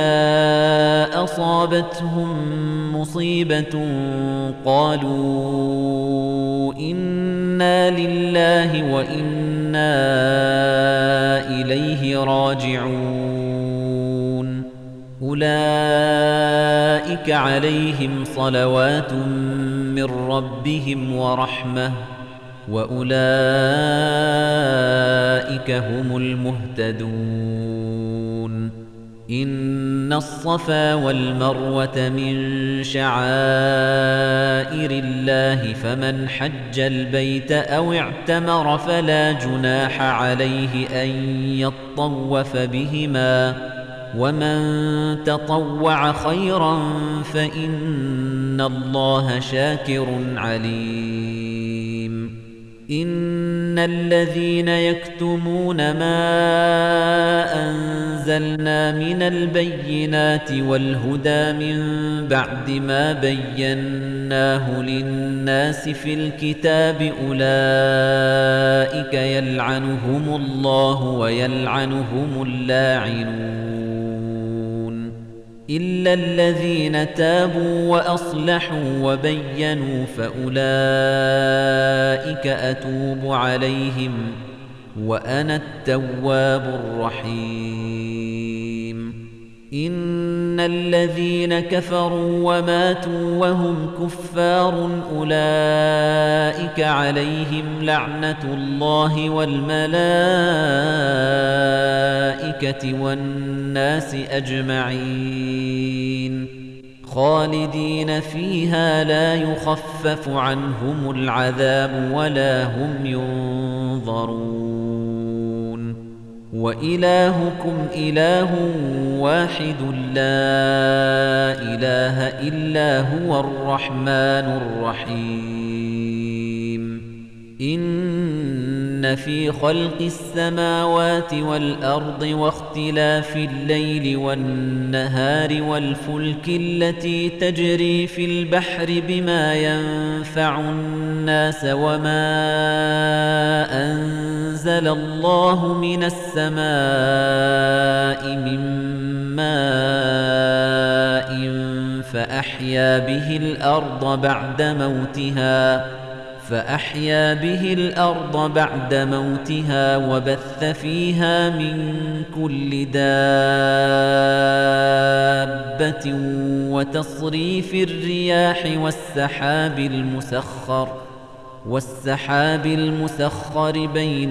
أصابتهم مصيبة قالوا إنا لله وإنا إليه راجعون أولئك عليهم صلوات من ربهم ورحمة وأولئك هم المهتدون إن الصفا والمروة من شعائر الله فمن حج البيت أو اعتمر فلا جناح عليه أن يطوف بهما ومن تطوع خيرا فإن الله شاكر عليم إن الذين يكتمون ما أنزلنا من البينات والهدى من بعد ما بيناه للناس في الكتاب أولئك يلعنهم الله ويلعنهم اللاعنون إلا الذين تابوا وأصلحوا وبينوا فأولئك أتوب عليهم وأنا التواب الرحيم إن الذين كفروا وماتوا وهم كفار أولئك عليهم لعنة الله والملائكة والناس أجمعين خالدين فيها لا يخفف عنهم العذاب ولا هم ينظرون وإلهكم إله واحد لا إله إلا هو الرحمن الرحيم إن في خلق السماوات والأرض واختلاف الليل والنهار والفلك التي تجري في البحر بما ينفع الناس وما أنزل الله من السماء من ماء فأحيا به الأرض بعد موتها فأحيا به الأرض بعد موتها وبث فيها من كل دابة وتصريف الرياح والسحاب المسخر والسحاب المسخر بين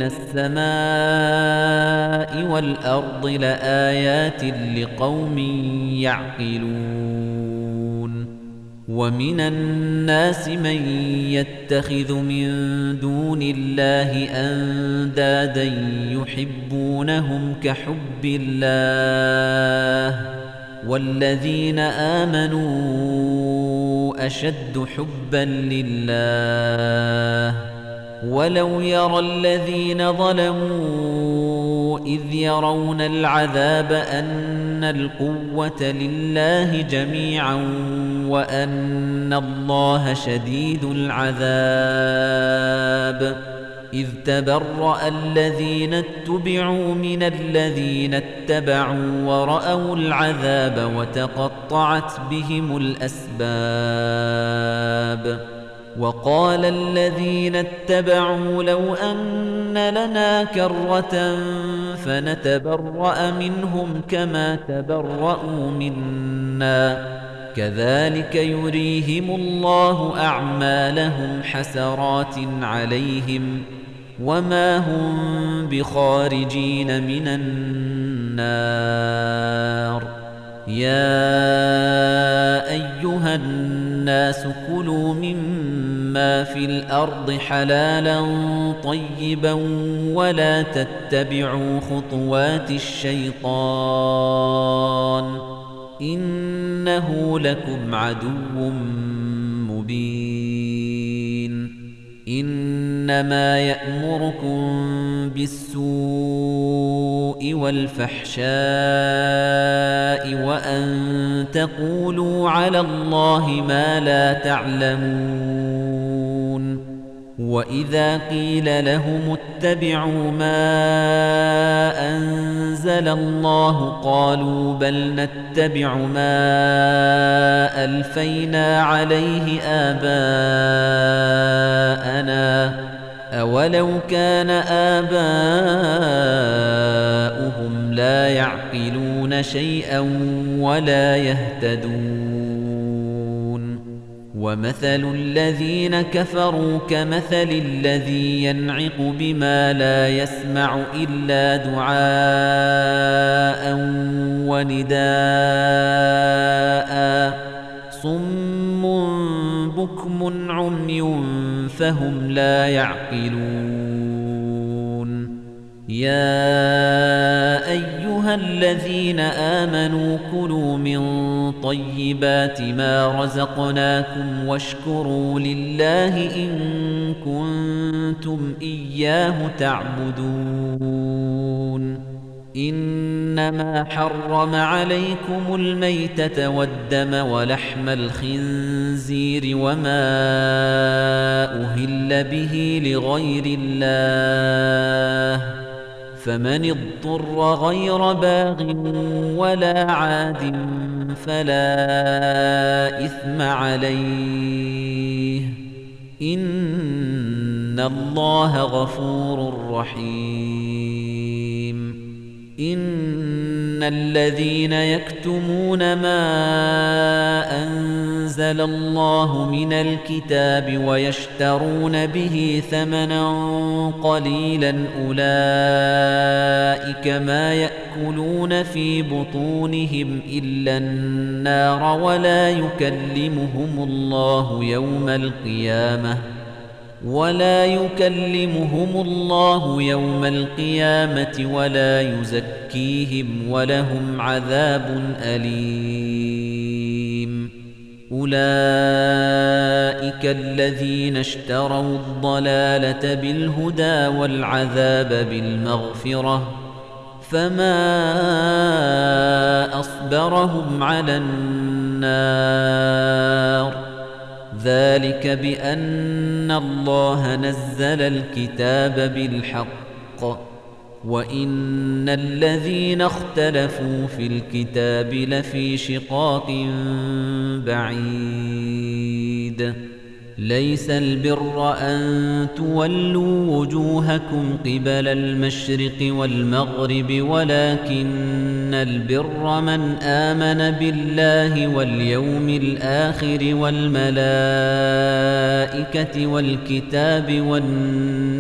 السماء والأرض لآيات لقوم يعقلون ومن الناس من يتخذ من دون الله أندادا يحبونهم كحب الله والذين آمنوا أشد حبا لله ولو يرى الذين ظلموا إذ يرون العذاب أن القوة لله جميعا وأن الله شديد العذاب إذ تبرأ الذين اتبعوا من الذين اتبعوا ورأوا العذاب وتقطعت بهم الأسباب وقال الذين اتبعوا لو أن لنا كرة فنتبرأ منهم كما تبرأوا منا كذلك يريهم الله أعمالهم حسرات عليهم وما هم بخارجين من النار يا أيها الناس كلوا مما في الأرض حلالا طيبا ولا تتبعوا خطوات الشيطان إنه لكم عدو مبين إنما يأمركم بالسوء والفحشاء وأن تقولوا على الله ما لا تعلمون وإذا قيل لهم اتبعوا ما أنزل الله قالوا بل نتبع ما ألفينا عليه آباءنا أولو كان آباؤهم لا يعقلون شيئا ولا يهتدون ومثل الذين كفروا كمثل الذي ينعق بما لا يسمع إلا دعاء ونداء صم بكم عمي فهم لا يعقلون يا أيها الذين آمنوا كلوا من طيبات ما رزقناكم واشكروا لله إن كنتم إياه تعبدون إنما حرم عليكم الميتة والدم ولحم الخنزير وما أهل به لغير الله فمن اضطر غير باغ ولا عاد فلا إثم عليه إن الله غفور رحيم إن الذين يكتمون ما أنزل الله من الكتاب ويشترون به ثمنا قليلا أولئك ما يأكلون في بطونهم إلا النار ولا يكلمهم الله يوم القيامة ولا يكلمهم الله يوم القيامة ولا يزكيهم ولهم عذاب أليم أولئك الذين اشتروا الضلالة بالهدى والعذاب بالمغفرة فما أصبرهم على النار ذلك بأن الله نزل الكتاب بالحق وإن الذين اختلفوا في الكتاب لفي شقاق بعيد ليس البر أن تولوا وجوهكم قبل المشرق والمغرب ولكن البر من آمن بالله واليوم الآخر والملائكة والكتاب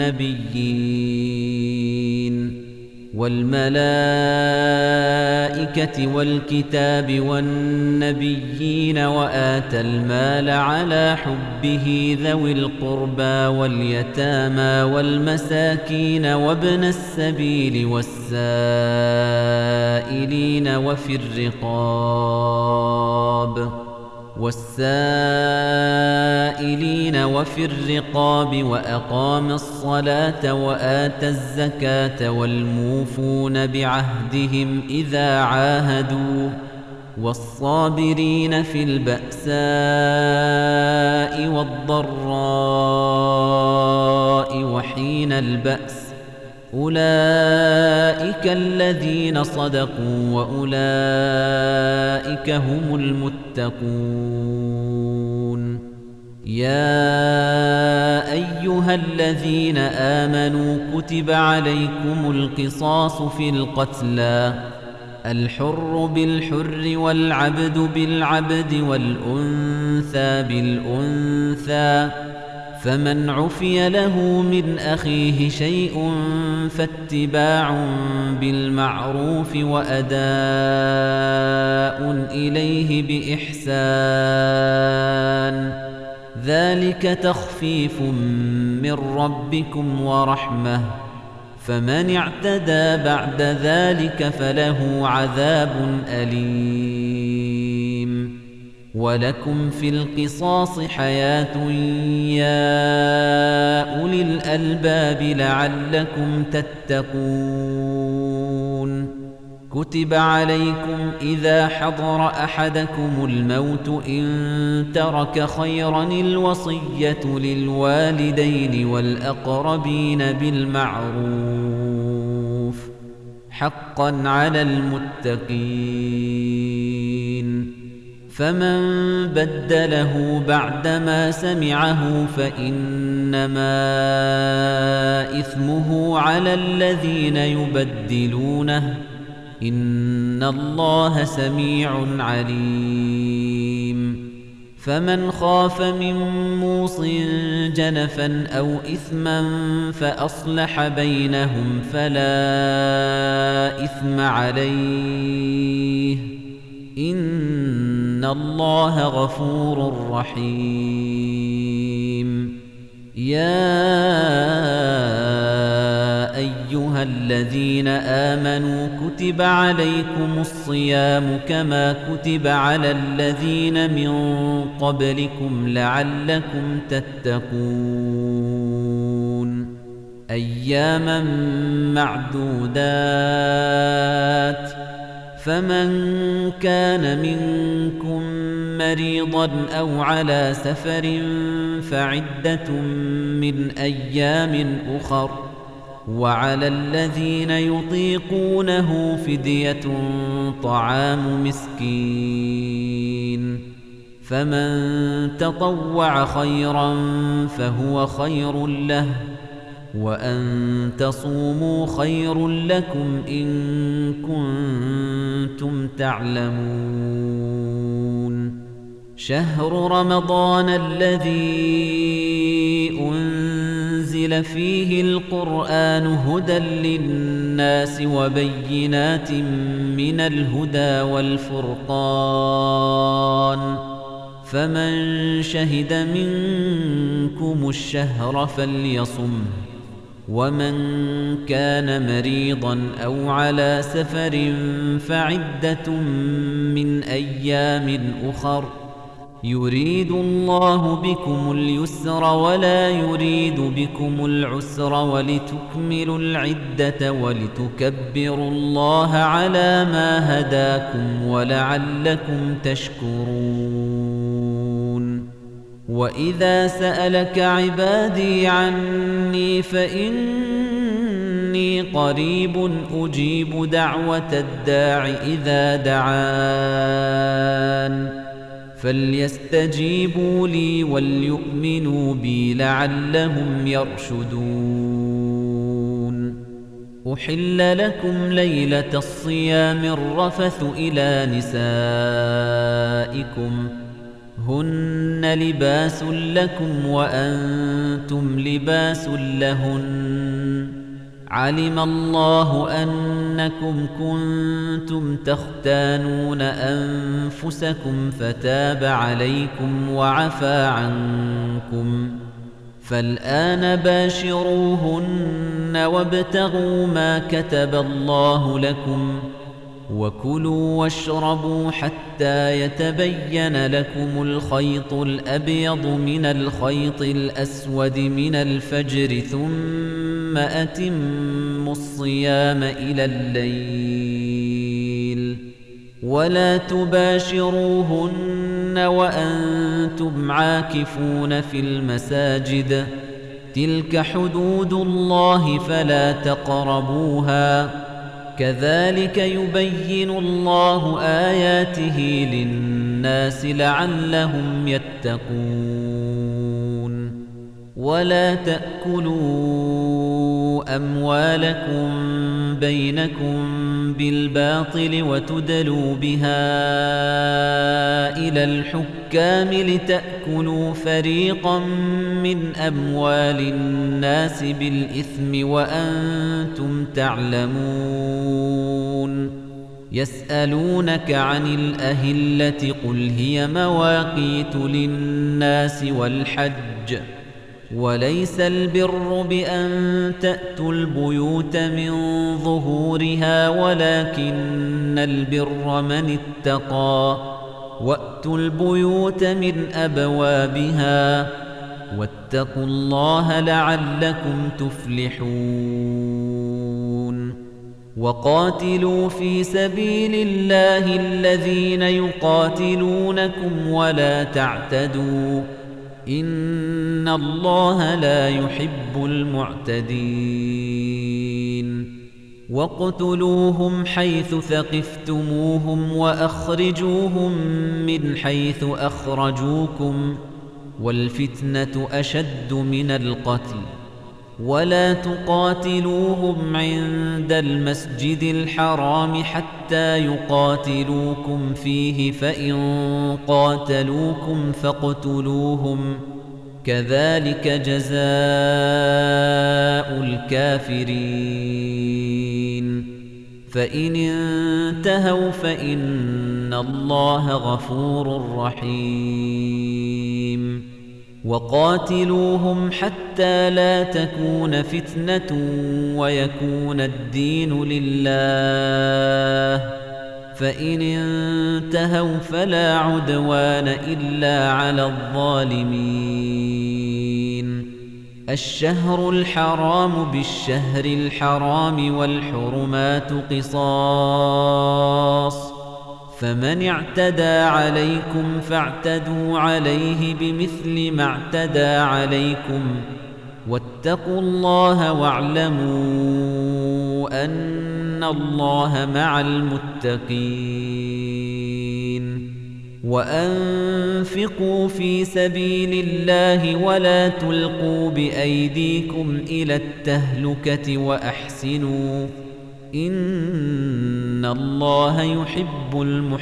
والنبيين والملائكة الملائكة والكتاب والنبيين وآتى المال على حبه ذوي القربى واليتامى والمساكين وابن السبيل والسائلين وفي الرقاب والسائلين وفي الرقاب وأقام الصلاة وآتى الزكاة والموفون بعهدهم إذا عاهدوا والصابرين في البأساء والضراء وحين البأس أولئك الذين صدقوا وأولئك هم المتقون يا أيها الذين آمنوا كتب عليكم القصاص في القتلى الحر بالحر والعبد بالعبد والأنثى بالأنثى فمن عفي له من أخيه شيء فاتباع بالمعروف وأداء إليه بإحسان ذلك تخفيف من ربكم ورحمة فمن اعتدى بعد ذلك فله عذاب أليم ولكم في القصاص حياة يا أولي الألباب لعلكم تتقون كتب عليكم إذا حضر أحدكم الموت إن ترك خيرا الوصية للوالدين والأقربين بالمعروف حقا على المتقين فمن بدله بعدما سمعه فإنما إثمه على الذين يبدلونه إن الله سميع عليم فمن خاف من موص جنفا أو إثما فأصلح بينهم فلا إثم عليه إن الله غفور رحيم يا أيها الذين آمنوا كتب عليكم الصيام كما كتب على الذين من قبلكم لعلكم تتقون أياما معدودات فمن كان منكم مريضا أو على سفر فعدة من أيام أخر وعلى الذين يطيقونه فدية طعام مسكين فمن تطوع خيرا فهو خير له وأن تصوموا خير لكم إن كنتم تعلمون شهر رمضان الذي أنزل فيه القرآن هدى للناس وبينات من الهدى والفرقان فمن شهد منكم الشهر فليصمه ومن كان مريضا أو على سفر فعدة من أيام أخر يريد الله بكم اليسر ولا يريد بكم العسر ولتكملوا العدة ولتكبروا الله على ما هداكم ولعلكم تشكرون وإذا سألك عبادي عني فإني قريب أجيب دعوة الداع إذا دعان فليستجيبوا لي وليؤمنوا بي لعلهم يرشدون أحل لكم ليلة الصيام الرفث إلى نسائكم هن لباس لكم وأنتم لباس لهن علم الله أنكم كنتم تختانون أنفسكم فتاب عليكم وعفى عنكم فالآن باشروهن وابتغوا ما كتب الله لكم وكلوا واشربوا حتى يتبين لكم الخيط الأبيض من الخيط الأسود من الفجر ثم أتموا الصيام إلى الليل ولا تباشروهن وأنتم عاكفون في المساجد تلك حدود الله فلا تقربوها كذلك يبين الله آياته للناس لعلهم يتقون ولا تأكلوا أموالكم بينكم بالباطل وتدلوا بها إلى الحكام لتأكلوا فريقا من أموال الناس بالإثم وأنتم تعلمون يسألونك عن الأهلة قل هي مواقيت للناس والحج وليس البر بأن تأتوا البيوت من ظهورها ولكن البر من اتقى وأتوا البيوت من أبوابها واتقوا الله لعلكم تفلحون وقاتلوا في سبيل الله الذين يقاتلونكم ولا تعتدوا إن الله لا يحب المعتدين واقتلوهم حيث ثقفتموهم وأخرجوهم من حيث أخرجوكم والفتنة أشد من القتل ولا تقاتلوهم عند المسجد الحرام حتى يقاتلوكم فيه فإن قاتلوكم فاقتلوهم كذلك جزاء الكافرين فإن انتهوا فإن الله غفور رحيم وقاتلوهم حتى لا تكون فتنة ويكون الدين لله فإن انتهوا فلا عدوان إلا على الظالمين الشهر الحرام بالشهر الحرام والحرمات قصاص فمن اعتدى عليكم فاعتدوا عليه بمثل ما اعتدى عليكم واتقوا الله واعلموا أن الله مع المتقين وأنفقوا في سبيل الله ولا تلقوا بأيديكم إلى التهلكة وأحسنوا إن الله يحب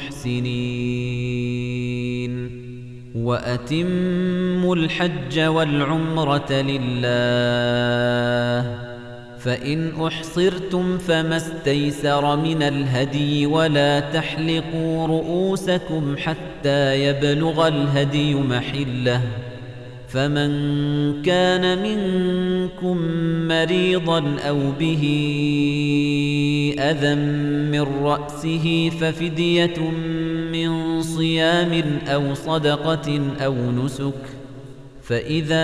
المحسنين وأتموا الحج والعمرة لله فإن أحصرتم فما استيسر من الهدي ولا تحلقوا رؤوسكم حتى يبلغ الهدي محله فمن كان منكم مريضا أو به أذى من رأسه ففدية من صيام أو صدقة أو نسك فإذا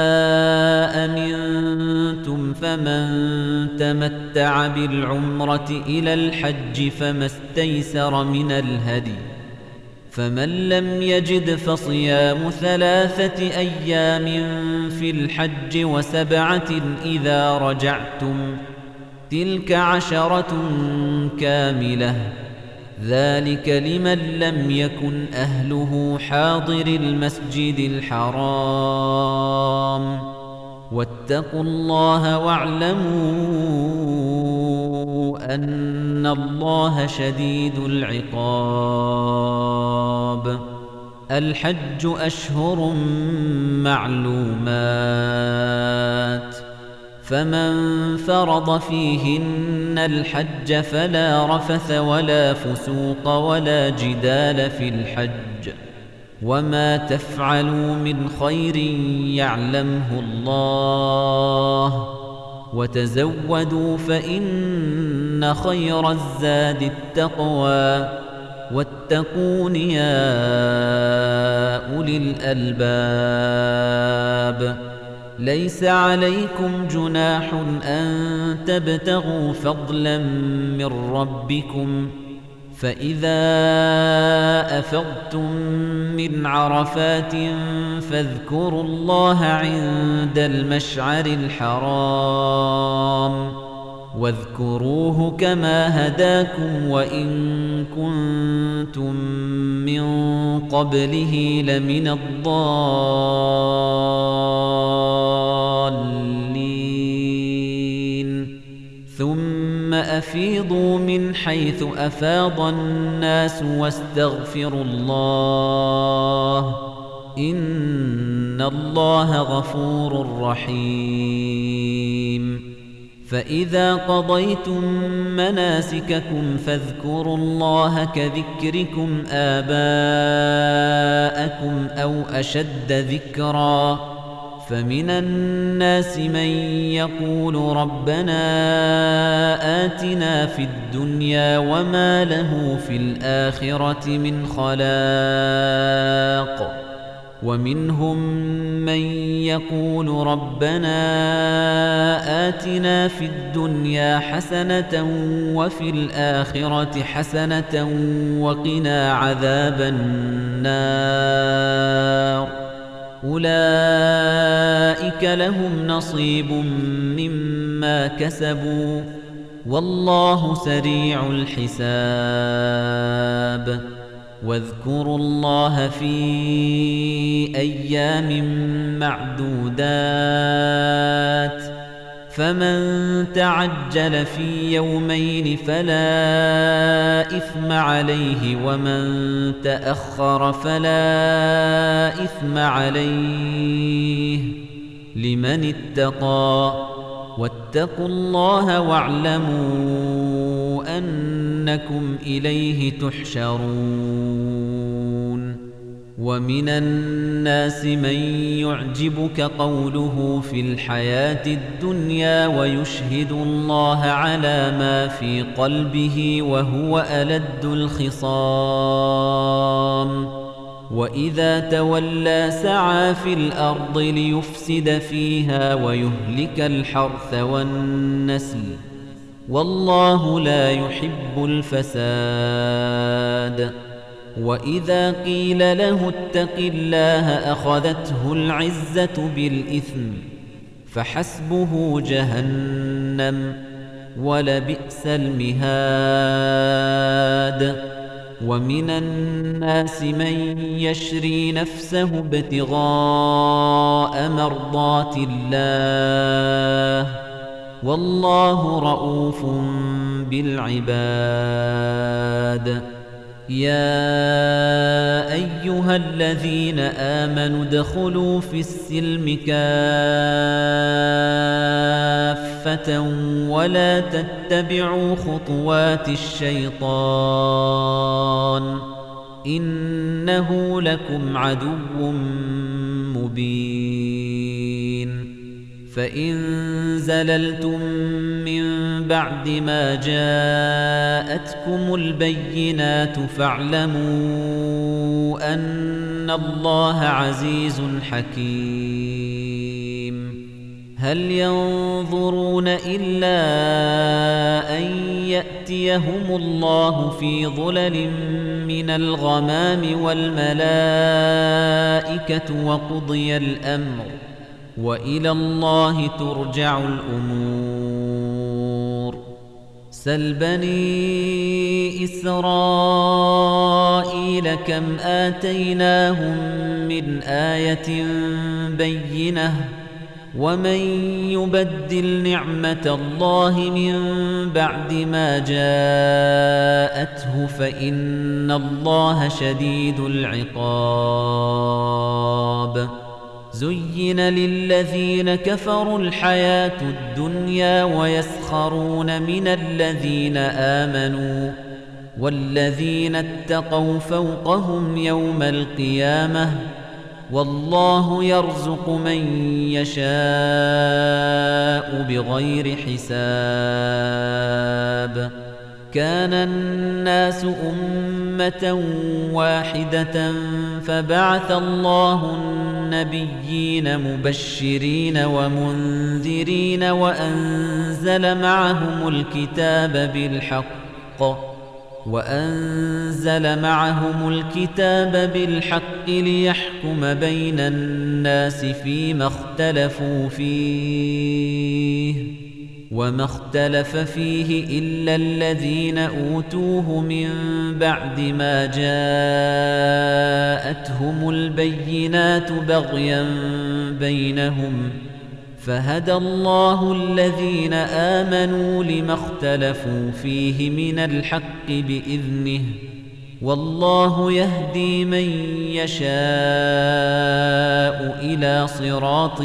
أمنتم فمن تمتع بالعمرة إلى الحج فما استيسر من الهدي فمن لم يجد فصيام ثلاثة أيام في الحج وسبعة إذا رجعتم تلك عشرة كاملة ذلك لمن لم يكن أهله حاضر المسجد الحرام واتقوا الله واعلموا أن الله شديد العقاب الحج أشهر معلومات فمن فرض فيهن الحج فلا رفث ولا فسوق ولا جدال في الحج وما تفعلوا من خير يعلمه الله وتزودوا فإن خير الزاد التقوى واتقون يا أولي الألباب ليس عليكم جناح أن تبتغوا فضلا من ربكم فإذا أفضتم من عرفات فاذكروا الله عند المشعر الحرام واذكروه كما هداكم وإن كنتم من قبله لمن الضالين ثم أفيضوا من حيث أفاض الناس واستغفروا الله إن الله غفور رحيم فإذا قضيتم مناسككم فاذكروا الله كذكركم آباءكم أو أشد ذكرًا فمن الناس من يقول ربنا آتنا في الدنيا وما له في الآخرة من خلاق ومنهم من يقول ربنا آتنا في الدنيا حسنة وفي الآخرة حسنة وقنا عذاب النار أولئك لهم نصيب مما كسبوا والله سريع الحساب واذكروا الله في أيام معدودات فمن تعجل في يومين فلا إثم عليه ومن تأخر فلا إثم عليه لمن اتقى واتقوا الله واعلموا أنكم إليه تحشرون ومن الناس من يعجبك قوله في الحياة الدنيا ويشهد الله على ما في قلبه وهو ألد الخصام وإذا تولى سعى في الأرض ليفسد فيها ويهلك الحرث والنسل والله لا يحب الفساد وإذا قيل له اتق الله أخذته العزة بالإثم فحسبه جهنم ولبئس المهاد ومن الناس من يشري نفسه ابتغاء مرضات الله والله رؤوف بالعباد يا أيها الذين آمنوا ادخلوا في السلم كافة ولا تتبعوا خطوات الشيطان إنه لكم عدو مبين فإن زللتم من بعد ما جاءتكم البينات فاعلموا أن الله عزيز حكيم هل ينظرون إلا أن يأتيهم الله في ظلل من الغمام والملائكة وقضي الأمر وإلى الله ترجع الأمور سل بني إسرائيل كم آتيناهم من آية بينة ومن يبدل نعمة الله من بعد ما جاءته فإن الله شديد العقاب زين للذين كفروا الحياة الدنيا ويسخرون من الذين آمنوا والذين اتقوا فوقهم يوم القيامة والله يرزق من يشاء بغير حساب كان الناس أمة واحدة فبعث الله النبيين مبشرين ومنذرين وأنزل معهم الكتاب بالحق وأنزل معهم الكتاب بالحق ليحكم بين الناس فيما اختلفوا فيه وما اختلف فيه إلا الذين أوتوه من بعد ما جاءتهم البينات بغيا بينهم فهدى الله الذين آمنوا لما اختلفوا فيه من الحق بإذنه والله يهدي من يشاء إلى صراط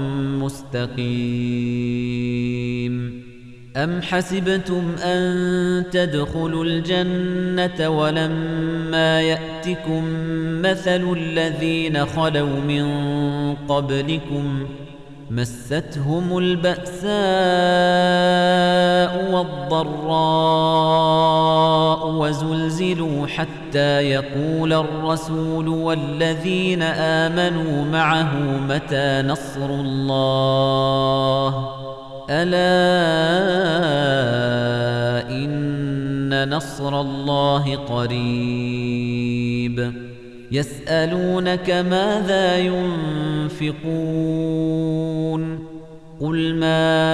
مستقيم أم حسبتم أن تدخلوا الجنة ولما يأتكم مثل الذين خلوا من قبلكم مستهم البأساء والضراء وزلزلوا حتى يقول الرسول والذين آمنوا معه متى نصر الله ألا إن نصر الله قريب يسألونك ماذا ينفقون قل ما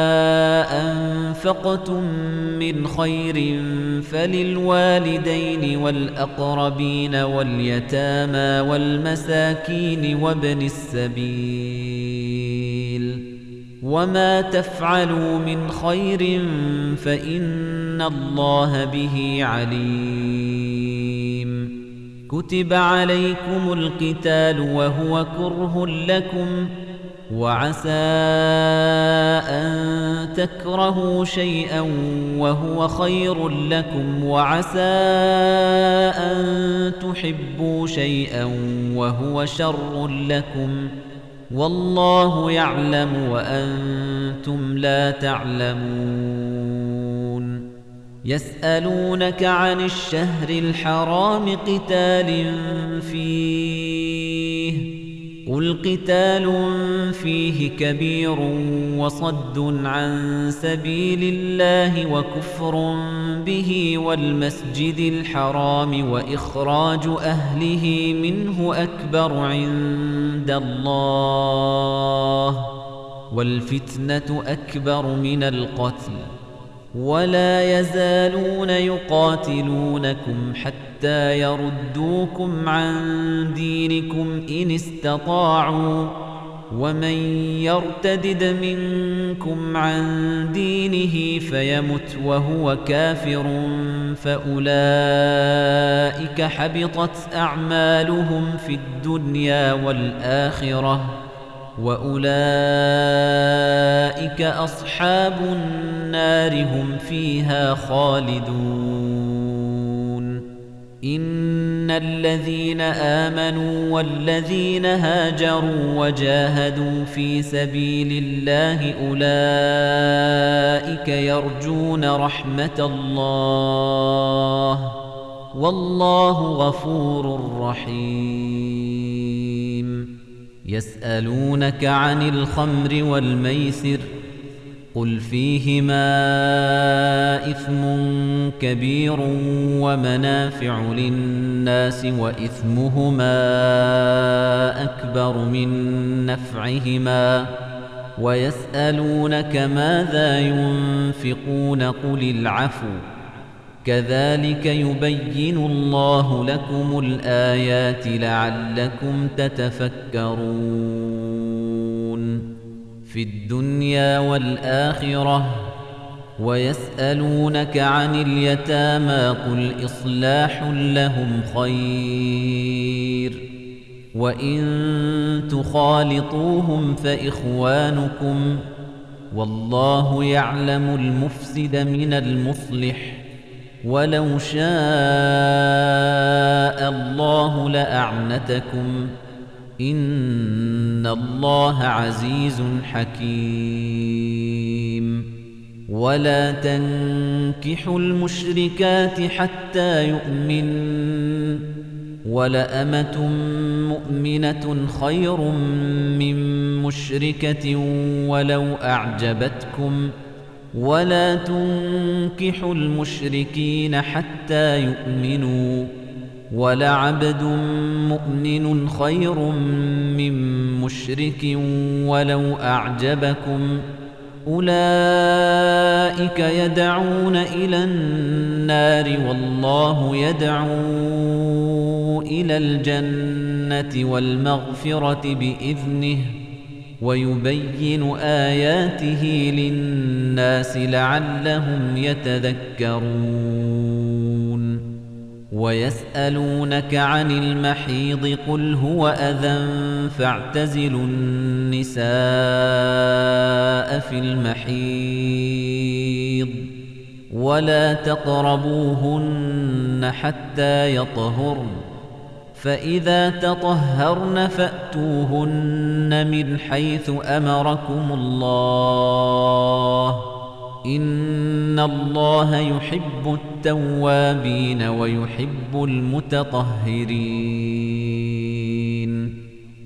أنفقتم من خير فللوالدين والأقربين واليتامى والمساكين وابن السبيل وما تفعلوا من خير فإن الله به عليم كتب عليكم القتال وهو كره لكم وعسى أن تكرهوا شيئا وهو خير لكم وعسى أن تحبوا شيئا وهو شر لكم والله يعلم وأنتم لا تعلمون يسألونك عن الشهر الحرام قتال فيه قل قتال فيه كبير وصد عن سبيل الله وكفر به والمسجد الحرام وإخراج أهله منه أكبر عند الله والفتنة أكبر من القتل ولا يزالون يقاتلونكم حتى يردوكم عن دينكم إن استطاعوا ومن يرتدد منكم عن دينه فيمت وهو كافر فأولئك حبطت أعمالهم في الدنيا والآخرة وأولئك أصحاب النار هم فيها خالدون إن الذين آمنوا والذين هاجروا وجاهدوا في سبيل الله أولئك يرجون رحمة الله والله غفور رحيم يسألونك عن الخمر والميسر قل فيهما إثم كبير ومنافع للناس وإثمهما أكبر من نفعهما ويسألونك ماذا ينفقون قل العفو كذلك يبين الله لكم الآيات لعلكم تتفكرون في الدنيا والآخرة ويسألونك عن اليتامى قل إصلاح لهم خير وإن تخالطوهم فإخوانكم والله يعلم المفسد من المصلح ولو شاء الله لأعنتكم إن الله عزيز حكيم ولا تنكحوا المشركات حتى يؤمنوا ولأمة مؤمنة خير من مشركة ولو أعجبتكم ولا تنكحوا المشركين حتى يؤمنوا ولعبد مؤمن خير من مشرك ولو أعجبكم أولئك يدعون إلى النار والله يدعو إلى الجنة والمغفرة بإذنه ويبين آياته للناس لعلهم يتذكرون ويسألونك عن المحيض قل هو أذى فاعتزلوا النساء في المحيض ولا تقربوهن حتى يطهرن فإذا تطهرن فأتوهن من حيث أمركم الله إن الله يحب التوابين ويحب المتطهرين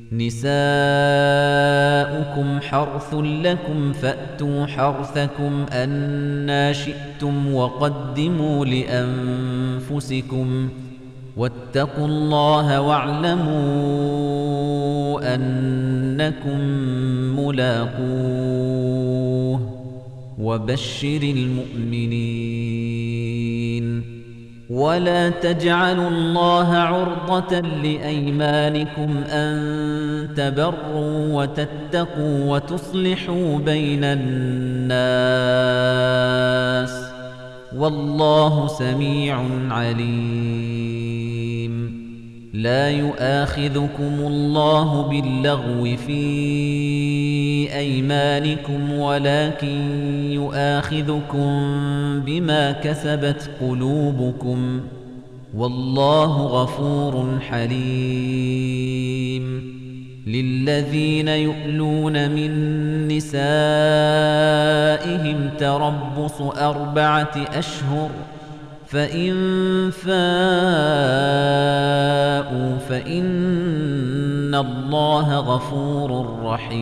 نساؤكم حرث لكم فأتوا حرثكم أنى شئتم وقدموا لأنفسكم واتقوا الله واعلموا أنكم ملاقوه وبشر المؤمنين ولا تجعلوا الله عرضة لأيمانكم أن تبروا وتتقوا وتصلحوا بين الناس والله سميع عليم لا يؤاخذكم الله باللغو في أيمانكم ولكن يؤاخذكم بما كسبت قلوبكم والله غفور حليم للذين يؤلون من نسائهم تربص أربعة أشهر فإن فاءوا فإن الله غفور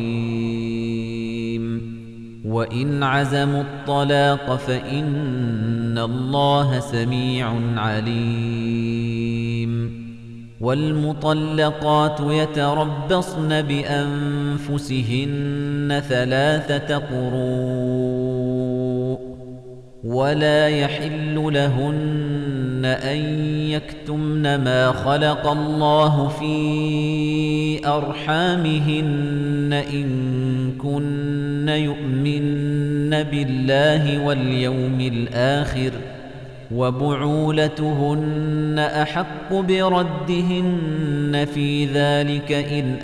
رحيم وإن عزموا الطلاق فإن الله سميع عليم والمطلقات يتربصن بأنفسهن ثلاثة قروء ولا يحل لهن أن يكتمن ما خلق الله في أرحامهن إن كن يؤمن بالله واليوم الآخر وبعولتهن أحق بردهن في ذلك إن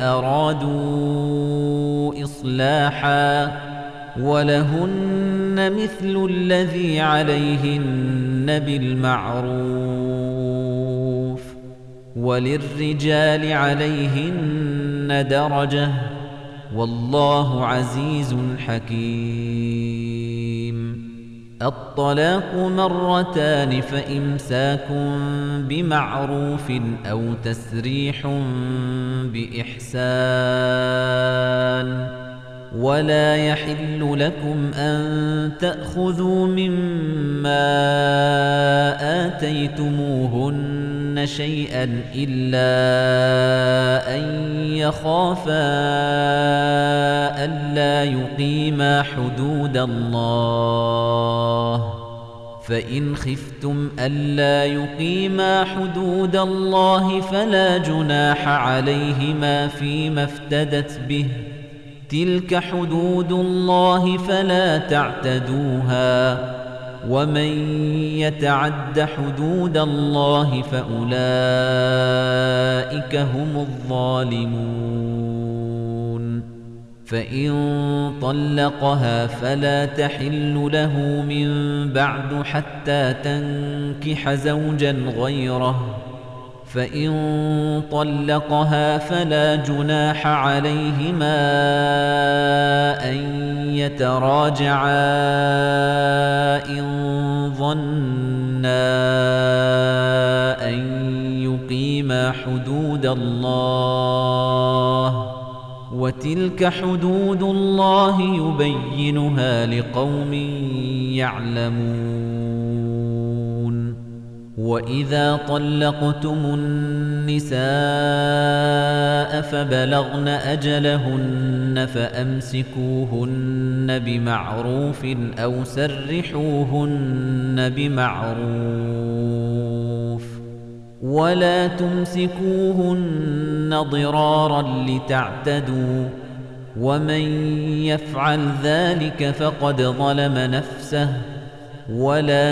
أرادوا إصلاحا ولهن مثل الذي عليهن بالمعروف وللرجال عليهن درجة والله عزيز حكيم الطلاق مرتان فإمساك بمعروف أو تسريح بإحسان ولا يحل لكم أن تأخذوا مما آتيتموهن شيئا إلا أن يخافا ألا يقيما حدود الله فإن خفتم ألا يقيما حدود الله فلا جناح عليهما فيما افتدت به تلك حدود الله فلا تعتدوها ومن يتعد حدود الله فأولئك هم الظالمون فإن طلقها فلا تحل له من بعد حتى تنكح زوجا غيره فإن طلقها فلا جناح عليهما أن يتراجعا إن ظنا أن يقيما حدود الله وتلك حدود الله يبينها لقوم يعلمون وإذا طلقتم النساء فبلغن أجلهن فأمسكوهن بمعروف أو سرحوهن بمعروف ولا تمسكوهن ضرارا لتعتدوا ومن يفعل ذلك فقد ظلم نفسه ولا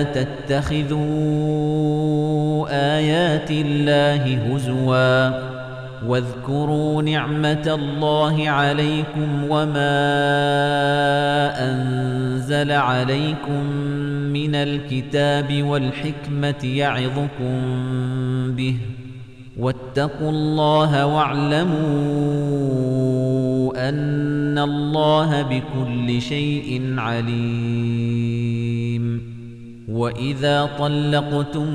تتخذوا آيات الله هزوا واذكروا نعمة الله عليكم وما أنزل عليكم من الكتاب والحكمة يعظكم به واتقوا الله واعلموا أن الله بكل شيء عليم وإذا طلقتم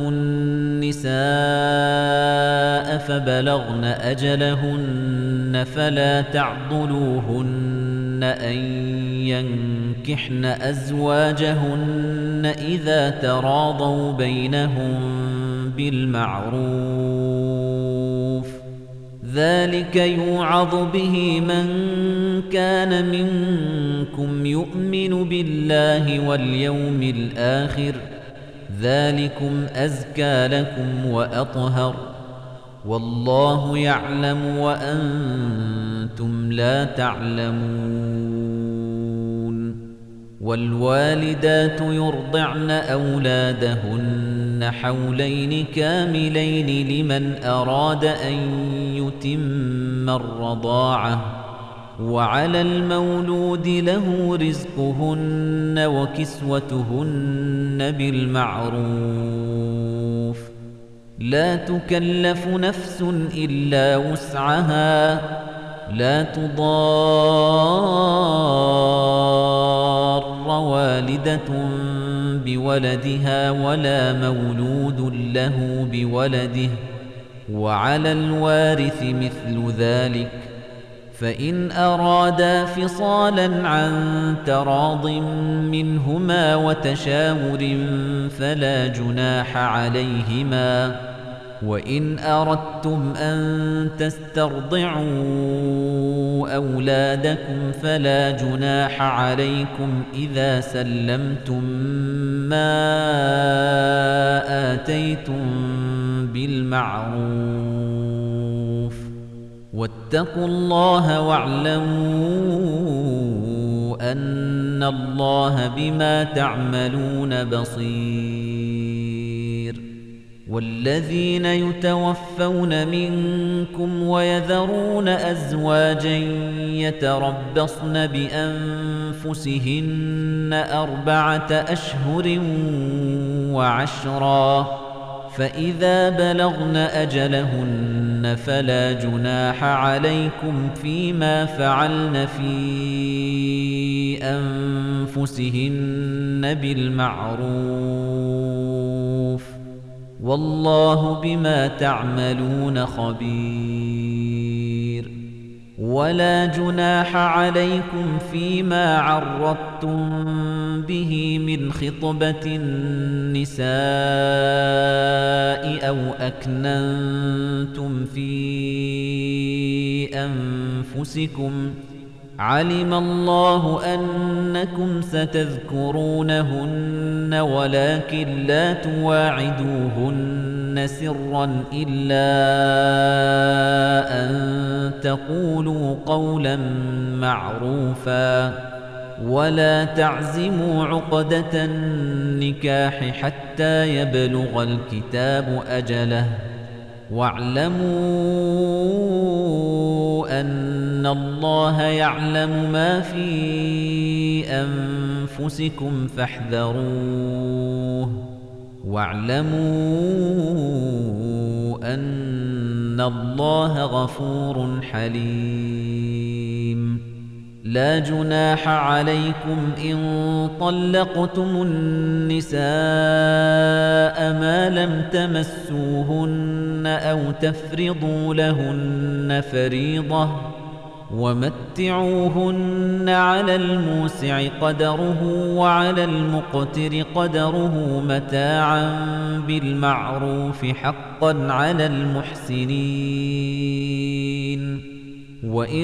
النساء فبلغن أجلهن فلا تعضلوهن أن ينكحن أزواجهن إذا تراضوا بينهم بالمعروف ذلك يوعظ به من كان منكم يؤمن بالله واليوم الآخر ذلكم أزكى لكم وأطهر والله يعلم وأنتم لا تعلمون والوالدات يرضعن أولادهن حولين كاملين لمن أراد أن يتم الرضاعة وعلى المولود له رزقهن وكسوتهن بالمعروف لا تكلف نفس إلا وسعها لا تضار والدة بولدها ولا مولود له بولده وعلى الوارث مثل ذلك فإن أرادا فصالا عن تراض منهما وتشاور فلا جناح عليهما وإن أردتم أن تسترضعوا أولادكم فلا جناح عليكم إذا سلمتم ما آتيتم بالمعروف واتقوا الله واعلموا أن الله بما تعملون بصير والذين يتوفون منكم ويذرون أزواجا يتربصن بأنفسهن أربعة أشهر وعشرا فإذا بلغن أجلهن فلا جناح عليكم فيما فعلن في أنفسهن بالمعروف والله بما تعملون خبير ولا جناح عليكم فيما عرضتم به من خطبة النساء أو أكننتم في أنفسكم علم الله أنكم ستذكرونهن ولكن لا تواعدوهن سرا إلا أن تقولوا قولا معروفا ولا تعزموا عقدة النكاح حتى يبلغ الكتاب أجله واعلموا أن الله يعلم ما في أنفسكم فاحذروه واعلموا أن الله غفور حليم لا جناح عليكم إن طلقتم النساء ما لم تمسوهن أو تفرضوا لهن فريضة ومتعوهن على الموسع قدره وعلى المقتر قدره متاعا بالمعروف حقا على المحسنين وإن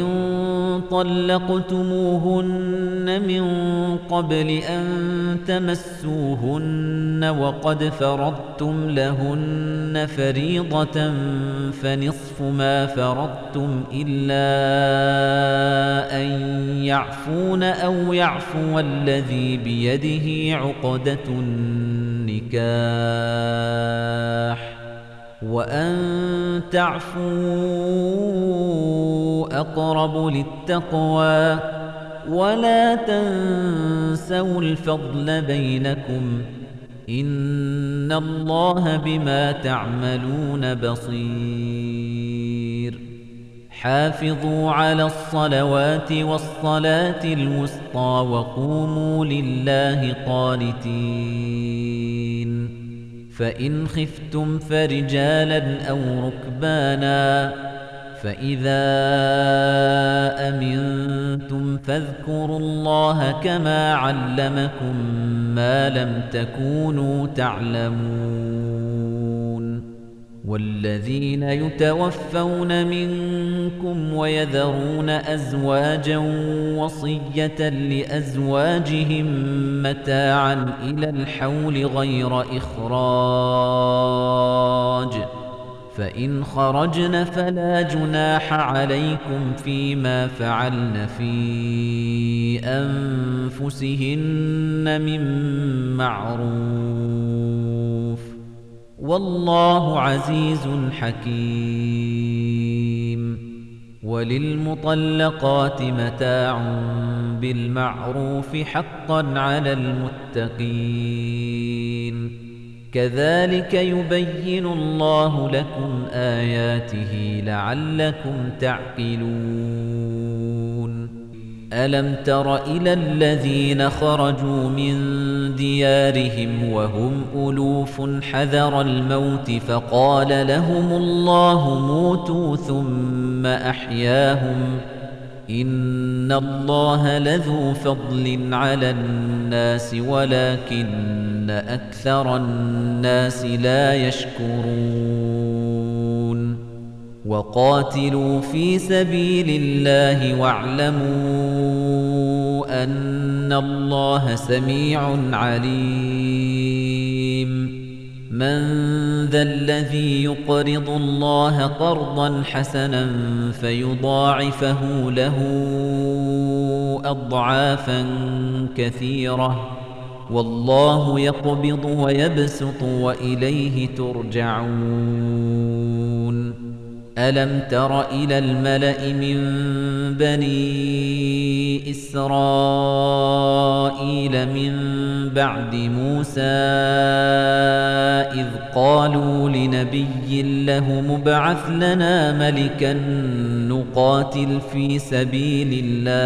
طلقتموهن من قبل أن تمسوهن وقد فرضتم لهن فريضة فنصف ما فرضتم إلا أن يعفون أو يعفو الذي بيده عقدة النكاح وأن تعفوا أقرب للتقوى ولا تنسوا الفضل بينكم إن الله بما تعملون بصير حافظوا على الصلوات والصلاة الوسطى وقوموا لله قانتين فإن خفتم فرجالا أو ركبانا فإذا أمنتم فاذكروا الله كما علمكم ما لم تكونوا تعلمون والذين يتوفون منكم ويذرون أزواجا وصية لأزواجهم متاعا إلى الحول غير إخراج فإن خرجن فلا جناح عليكم فيما فعلن في أنفسهن من معروف والله عزيز حكيم وللمطلقات متاع بالمعروف حقا على المتقين كذلك يبين الله لكم آياته لعلكم تعقلون ألم تر إلى الذين خرجوا من ديارهم وهم ألوف حذر الموت فقال لهم الله موتوا ثم أحياهم إن الله لذو فضل على الناس ولكن أكثر الناس لا يشكرون وقاتلوا في سبيل الله واعلموا أن الله سميع عليم من ذا الذي يقرض الله قرضا حسنا فيضاعفه له أضعافا كثيرة والله يقبض ويبسط وإليه ترجعون ألم تر إلى الملأ من بني إسرائيل من بعد موسى إذ قالوا لنبي له مبعث لنا ملكا نقاتل في سبيل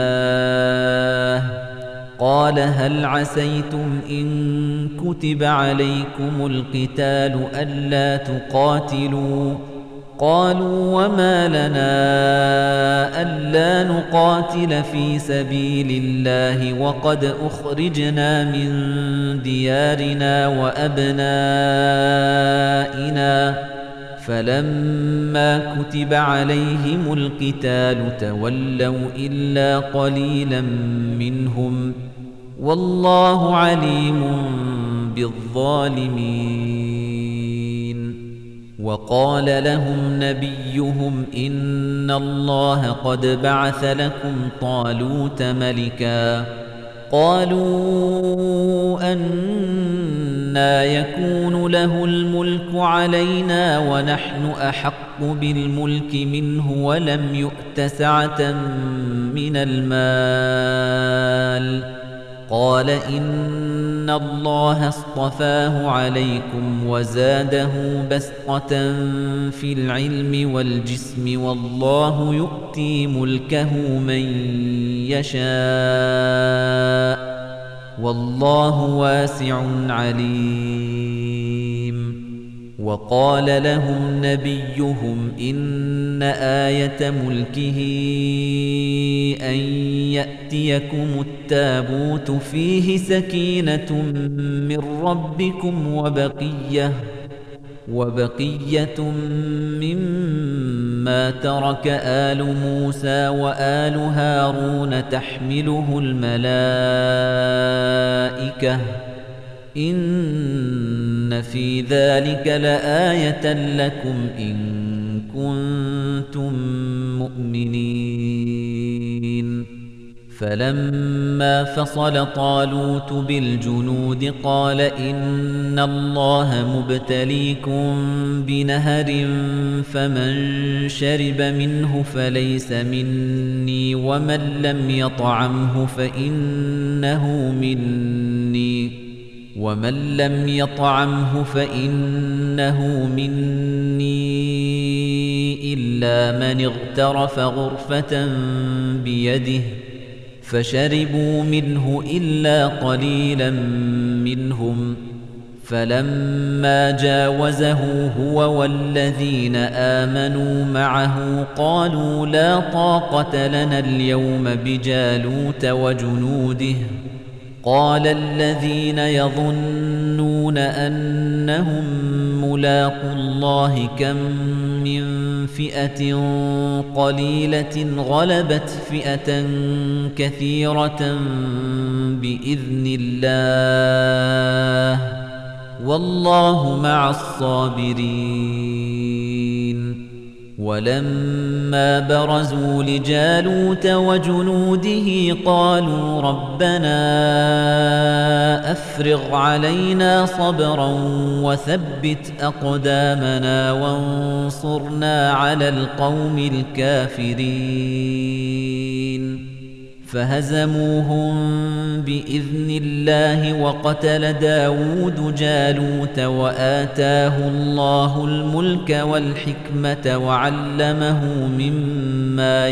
الله قال هل عسيتم إن كتب عليكم القتال ألا تقاتلوا قالوا وما لنا ألا نقاتل في سبيل الله وقد أخرجنا من ديارنا وأبنائنا فلما كتب عليهم القتال تولوا إلا قليلا منهم والله عليم بالظالمين وقال لهم نبيهم إن الله قد بعث لكم طالوت ملكا قالوا أنى يكون له الملك علينا ونحن أحق بالملك منه ولم يؤت سعة من المال قال إن الله اصطفاه عليكم وزاده بسطة في العلم والجسم والله يؤتي ملكه من يشاء والله واسع عليم وقال لهم نبيهم إن آية ملكه أن يأتيكم التابوت فيه سكينة من ربكم وبقية وبقية مما ترك آل موسى وآل هارون تحمله الملائكة إن في ذلك لآية لكم إن كنتم مؤمنين فلما فصل طالوت بالجنود قال إن الله مبتليكم بنهر فمن شرب منه فليس مني ومن لم يطعمه فإنه مني ومن لم يطعمه فإنه مني إلا من اغترف غرفة بيده فشربوا منه إلا قليلا منهم فلما جاوزه هو والذين آمنوا معه قالوا لا طاقة لنا اليوم بجالوت وجنوده قال الذين يظنون أنهم ملاقو الله كم من فئة قليلة غلبت فئة كثيرة بإذن الله والله مع الصابرين ولما برزوا لجالوت وجنوده قالوا ربنا أفرغ علينا صبرا وثبت أقدامنا وانصرنا على القوم الكافرين فهزموهم بإذن الله وقتل داود جالوت وآتاه الله الملك والحكمة وعلمه مما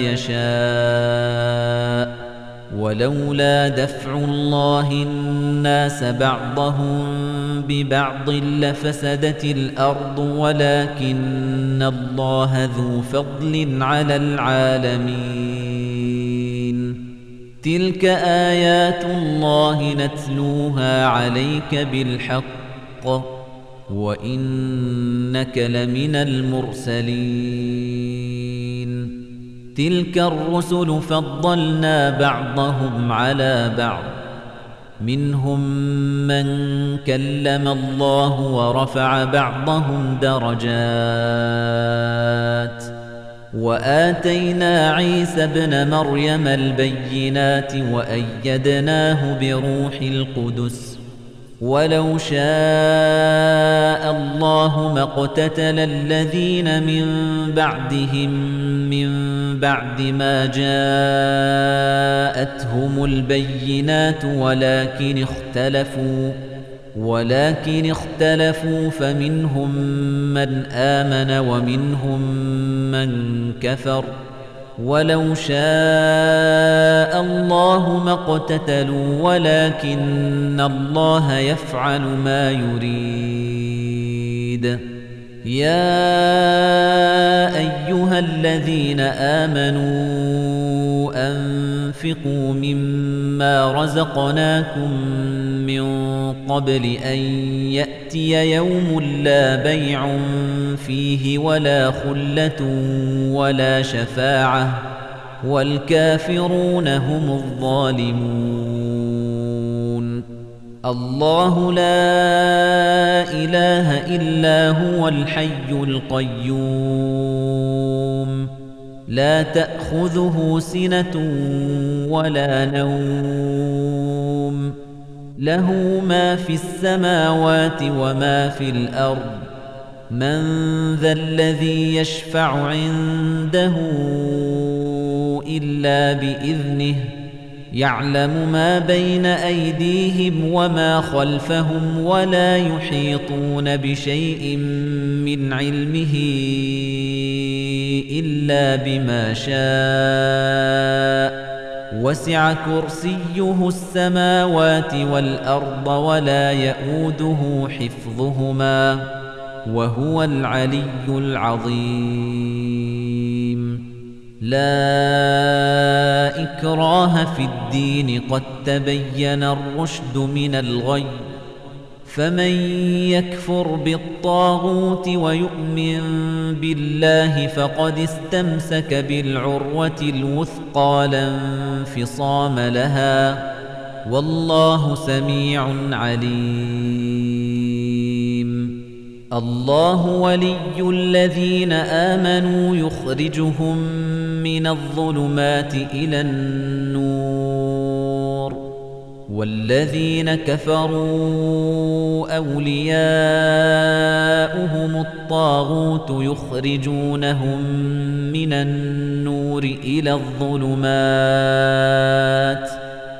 يشاء ولولا دفع الله الناس بعضهم ببعض لفسدت الأرض ولكن الله ذو فضل على العالمين تلك آيات الله نتلوها عليك بالحق وإنك لمن المرسلين تلك الرسل فضلنا بعضهم على بعض منهم من كلم الله ورفع بعضهم درجات وآتينا عيسى ابن مريم البينات وأيدناه بروح القدس ولو شاء الله ما اقتتل الذين من بعدهم من بعد ما جاءتهم البينات ولكن اختلفوا ولكن اختلفوا فمنهم من آمن ومنهم من كفر ولو شاء الله ما اقتتلوا ولكن الله يفعل ما يريد يا أيها الذين آمنوا أنفقوا مما رزقناكم من قبل أن يأتي يوم لا بيع فيه ولا خلة ولا شفاعة والكافرون هم الظالمون الله لا إله إلا هو الحي القيوم لا تأخذه سنة ولا نوم له ما في السماوات وما في الأرض من ذا الذي يشفع عنده إلا بإذنه يعلم ما بين أيديهم وما خلفهم ولا يحيطون بشيء من علمه إلا بما شاء وسع كرسيه السماوات والأرض ولا يؤوده حفظهما وهو العلي العظيم لا إكراه في الدين قد تبين الرشد من الغي فمن يكفر بالطاغوت ويؤمن بالله فقد استمسك بالعروة الوثقى لا انفصام لها والله سميع عليم الله ولي الذين آمنوا يخرجهم من الظلمات إلى النور والذين كفروا أولياؤهم الطاغوت يخرجونهم من النور إلى الظلمات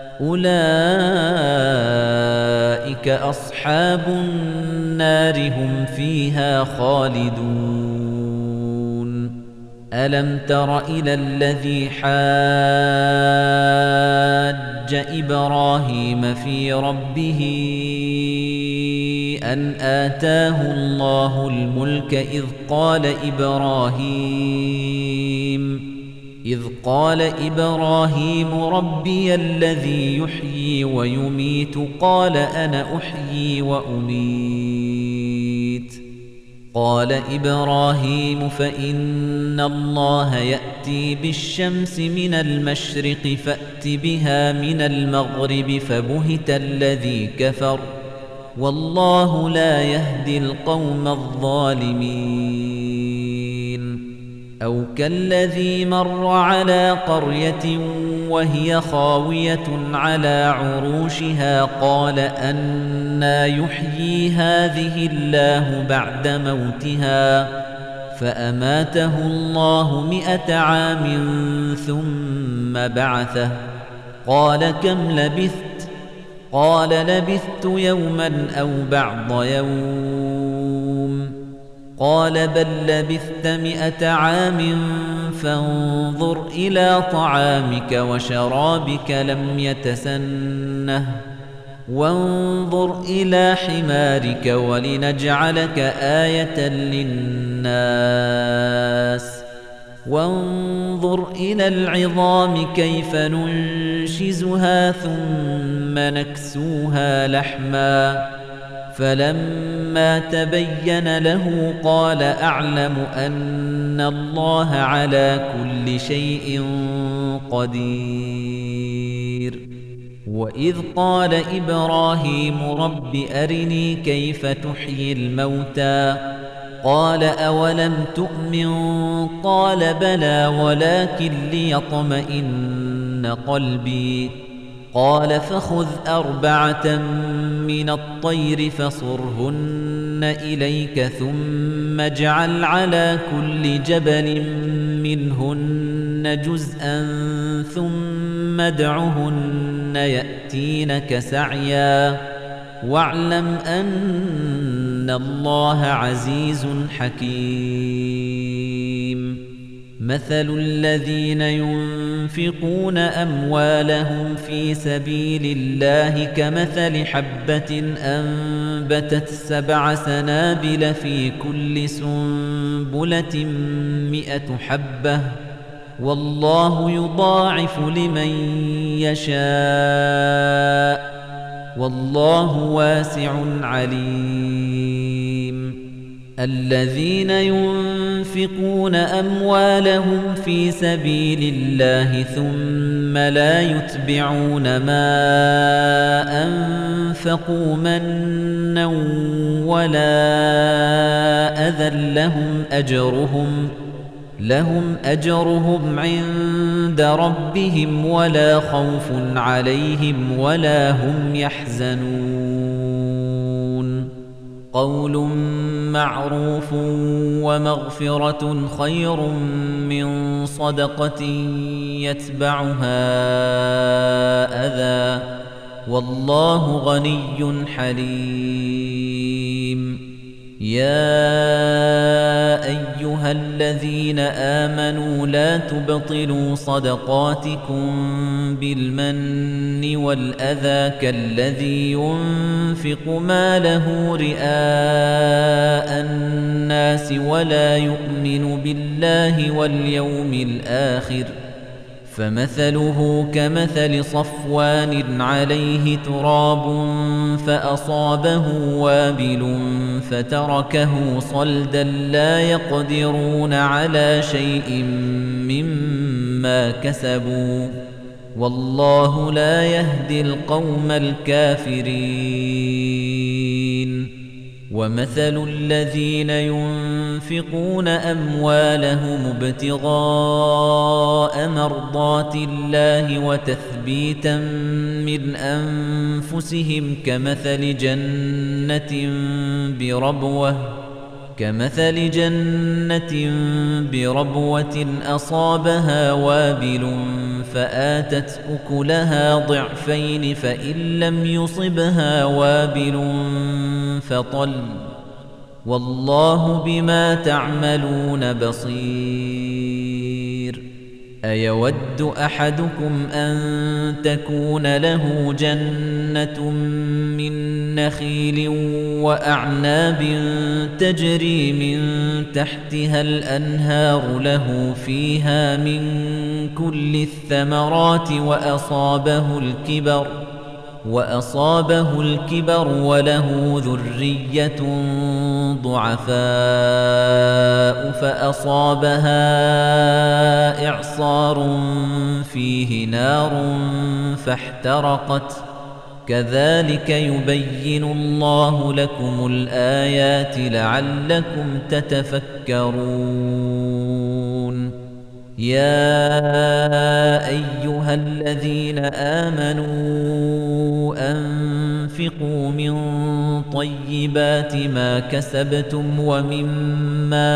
أولئك أصحاب النار هم فيها خالدون ألم تر إلى الذي حاج إبراهيم في ربه أن آتاه الله الملك إذ قال إبراهيم إذ قال إبراهيم ربي الذي يحيي ويميت قال أنا أحيي وأميت قال إبراهيم فإن الله يأتي بالشمس من المشرق فأت بها من المغرب فبهت الذي كفر والله لا يهدي القوم الظالمين أو كالذي مر على قرية وهي خاوية على عروشها قال أنى يحيي هذه الله بعد موتها فأماته الله مئة عام ثم بعثه قال كم لبثت قال لبثت يوما أو بعض يوم قال بل لبثت مئة عام فانظر إلى طعامك وشرابك لم يتسنه وانظر إلى حمارك ولنجعلك آية للناس وانظر إلى العظام كيف ننشزها ثم نكسوها لحما فلما تبين له قال أعلم أن الله على كل شيء قدير وإذ قال إبراهيم رب أرني كيف تحيي الموتى قال أولم تؤمن قال بلى ولكن ليطمئن قلبي قال فخذ أربعة من الطير فصرهن إليك ثم اجعل على كل جبل منهن جزءا ثم ادعهن يأتينك سعيا واعلم أن الله عزيز حكيم مثل الذين ينفقون أموالهم في سبيل الله كمثل حبة أنبتت سبع سنابل في كل سنبلة مئة حبة والله يضاعف لمن يشاء والله واسع عليم الذين ينفقون أموالهم في سبيل الله ثم لا يتبعون ما أنفقوا منا ولا أذى لهم أجرهم لهم أجرهم عند ربهم ولا خوف عليهم ولا هم يحزنون قول معروف ومغفرة خير من صدقة يتبعها أذى والله غني حليم يا أيها الذين آمنوا لا تبطلوا صدقاتكم بالمن والأذى كالذي ينفق ماله رئاء الناس ولا يؤمن بالله واليوم الآخر فمثله كمثل صفوان عليه تراب فأصابه وابل فتركه صلدا لا يقدرون على شيء مما كسبوا والله لا يهدي القوم الكافرين ومثل الذين ينفقون أموالهم ابتغاء مرضات الله وتثبيتا من أنفسهم كمثل جنة بربوة كمثل جنة بربوة أصابها وابل فآتت أكلها ضعفين فإن لم يصبها وابل فطل والله بما تعملون بصير أيود أحدكم أن تكون له جنة من نخيل وأعناب تجري من تحتها الأنهار له فيها من كل الثمرات وأصابه الكبر وأصابه الكبر وله ذرية ضعفاء فأصابها إعصار فيه نار فاحترقت كذلك يبين الله لكم الآيات لعلكم تتفكرون يا أيها الذين آمنوا أنفقوا من طيبات ما كسبتم ومما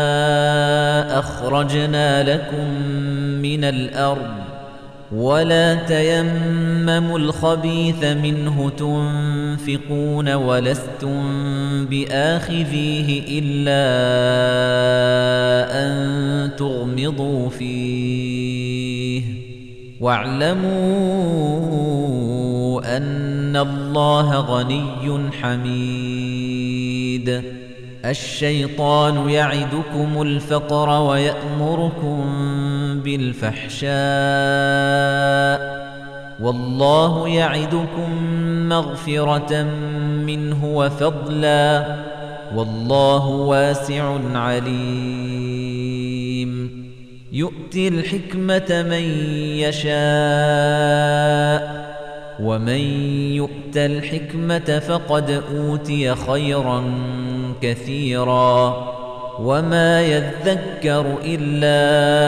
أخرجنا لكم من الأرض ولا تيمموا الخبيث منه تنفقون ولستم بآخذيه إلا أن تغمضوا فيه واعلموا أن الله غني حميد الشيطان يعدكم الفقر ويأمركم بالفحشاء والله يعدكم مغفرة منه وفضلا والله واسع عليم يؤتي الحكمة من يشاء ومن يؤت الحكمة فقد أوتي خيرا كثيرا وما يذكر إلا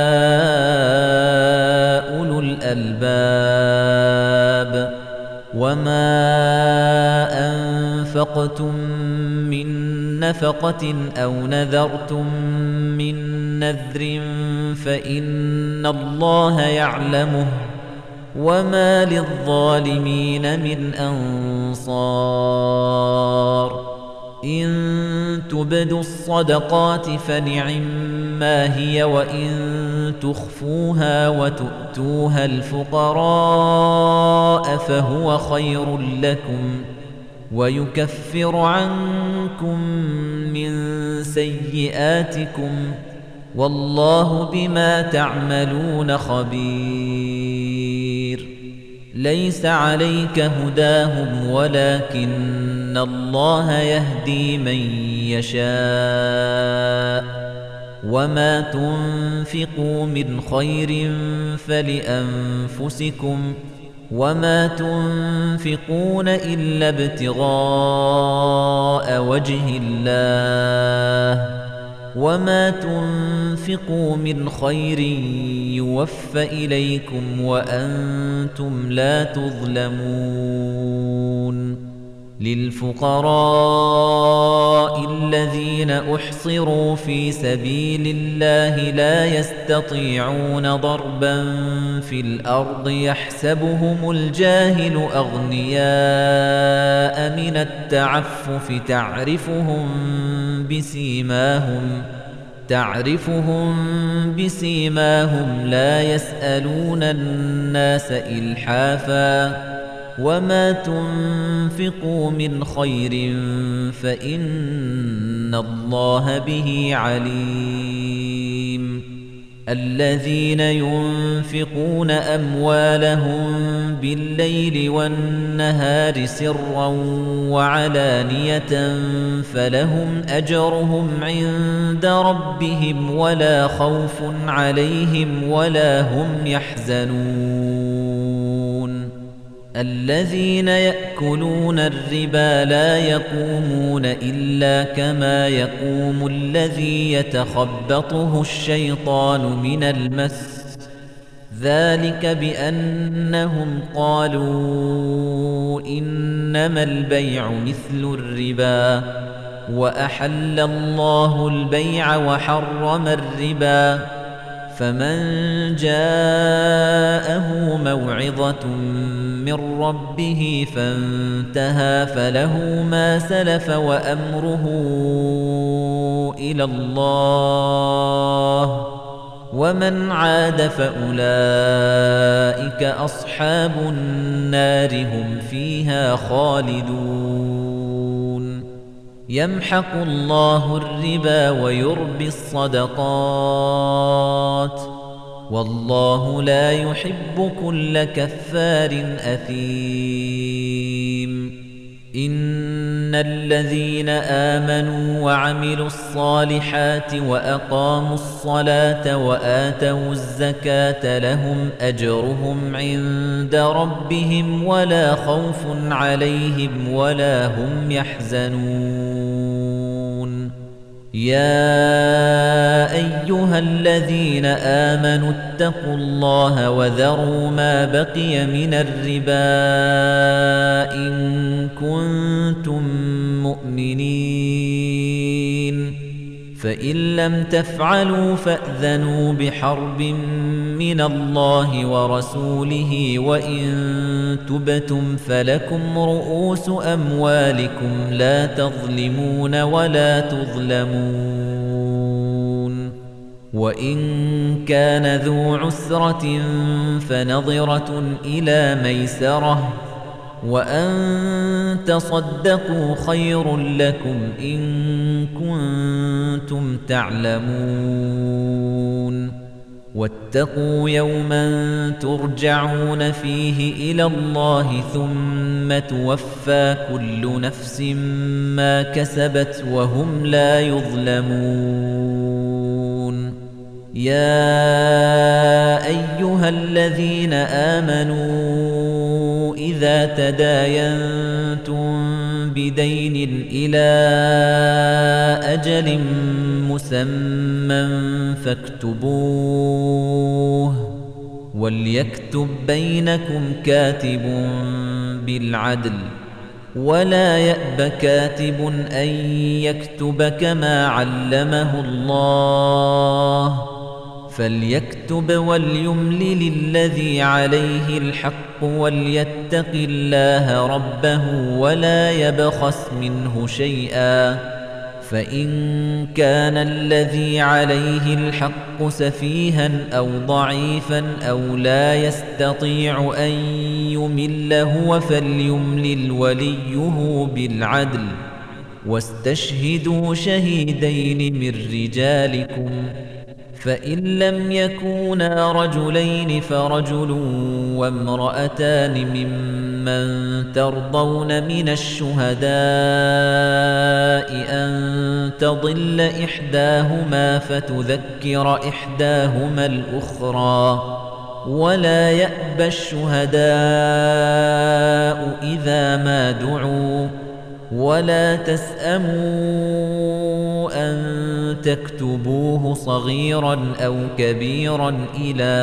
أولو الألباب وما أنفقتم من نفقة أو نذرتم من نذر فإن الله يعلمه وما للظالمين من أنصار إن تبدوا الصدقات فنعما هي وإن تخفوها وتؤتوها الفقراء فهو خير لكم ويكفر عنكم من سيئاتكم والله بما تعملون خبير ليس عليك هداهم ولكن الله يهدي من يشاء وما تنفقوا من خير فلأنفسكم وما تنفقون إلا ابتغاء وجه الله وما تنفقوا من خير يوفى إليكم وأنتم لا تظلمون للفقراء الذين أحصروا في سبيل الله لا يستطيعون ضربا في الأرض يحسبهم الجاهل أغنياء من التعفف تعرفهم بسيماهم تعرفهم بسيماهم لا يسألون الناس إلحافا وما تنفقوا من خير فإن الله به عليم الذين ينفقون أموالهم بالليل والنهار سرا وعلانية فلهم أجرهم عند ربهم ولا خوف عليهم ولا هم يحزنون الذين يأكلون الربا لا يقومون إلا كما يقوم الذي يتخبطه الشيطان من المس ذلك بأنهم قالوا إنما البيع مثل الربا وأحل الله البيع وحرم الربا فمن جاءه موعظة من ربه فانتهى فله ما سلف وأمره إلى الله ومن عاد فأولئك أصحاب النار هم فيها خالدون يمحق الله الربا ويربي الصدقات والله لا يحب كل كفار أثيم إن الذين آمنوا وعملوا الصالحات وأقاموا الصلاة وآتوا الزكاة لهم أجرهم عند ربهم ولا خوف عليهم ولا هم يحزنون يا أيها الذين آمنوا اتقوا الله وذروا ما بقي من الربا إن كنتم مؤمنين فإن لم تفعلوا فأذنوا بحرب من الله ورسوله وإن تبتم فلكم رؤوس أموالكم لا تظلمون ولا تظلمون وإن كان ذو عسرة فنظرة إلى ميسرة وأن تصدقوا خير لكم إن كنتم تعلمون واتقوا يوما ترجعون فيه إلى الله ثم توفى كل نفس ما كسبت وهم لا يظلمون يا أيها الذين آمنوا إذا تداينتم بدين إلى أجل مسمى فاكتبوه وليكتب بينكم كاتب بالعدل ولا يأب كاتب أن يكتب كما علمه الله فليكتب وليملل الذي عليه الحق وليتق الله ربه ولا يبخس منه شيئا فإن كان الذي عليه الحق سفيها أو ضعيفا أو لا يستطيع أن يمل هو فليملل وليه بالعدل واستشهدوا شهيدين من رجالكم فإن لم يكونا رجلين فرجل وامرأتان ممن ترضون من الشهداء أن تضل إحداهما فتذكر إحداهما الأخرى ولا يأبى الشهداء إذا ما دعوا ولا تسأموا أن تكتبوه صغيرا أو كبيرا إلى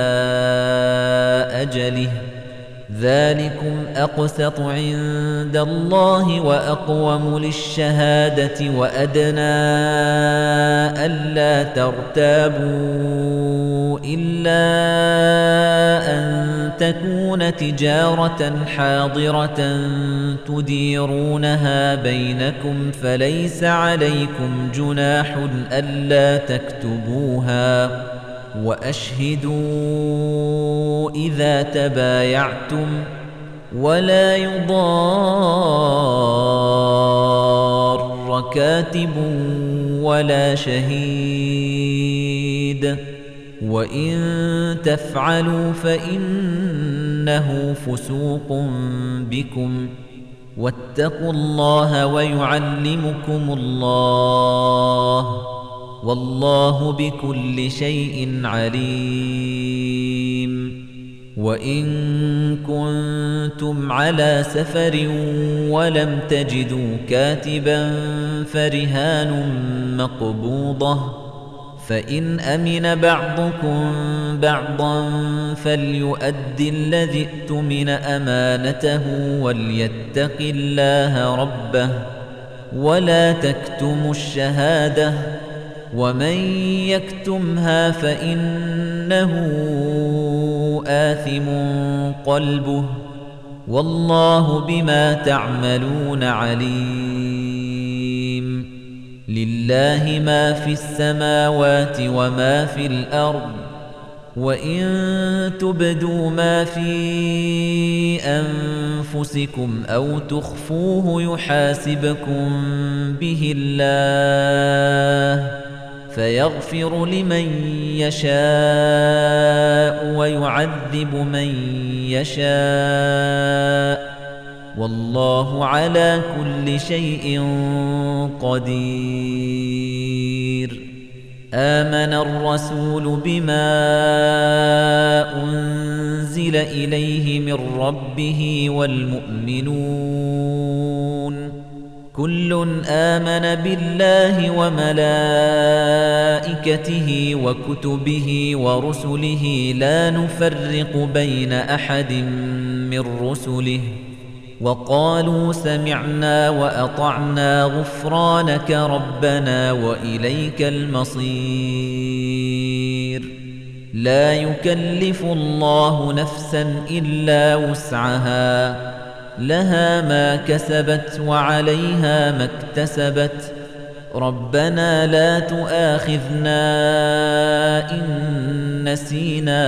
أجله ذلكم أقسط عند الله وأقوم للشهادة وأدنى ألا ترتابوا إلا أن تكون تجارة حاضرة تديرونها بينكم فليس عليكم جناح ألا تكتبوها وأشهدوا إذا تبايعتم ولا يضار كاتب ولا شهيد وإن تفعلوا فإنه فسوق بكم واتقوا الله ويعلمكم الله والله بكل شيء عليم وإن كنتم على سفر ولم تجدوا كاتبا فرهان مقبوضة فإن أمن بعضكم بعضا فليؤد الذي ائتمن أمانته وليتق الله ربه ولا تكتموا الشهادة ومن يكتمها فإنه آثم قلبه والله بما تعملون عليم لله ما في السماوات وما في الأرض وإن تبدوا ما في أنفسكم أو تخفوه يحاسبكم به الله فيغفر لمن يشاء ويعذب من يشاء والله على كل شيء قدير آمن الرسول بما أنزل إليه من ربه والمؤمنون كل آمن بالله وملائكته وكتبه ورسله لا نفرق بين أحد من رسله وقالوا سمعنا وأطعنا غفرانك ربنا وإليك المصير لا يكلف الله نفسا إلا وسعها لها ما كسبت وعليها ما اكتسبت ربنا لا تؤاخذنا إن نسينا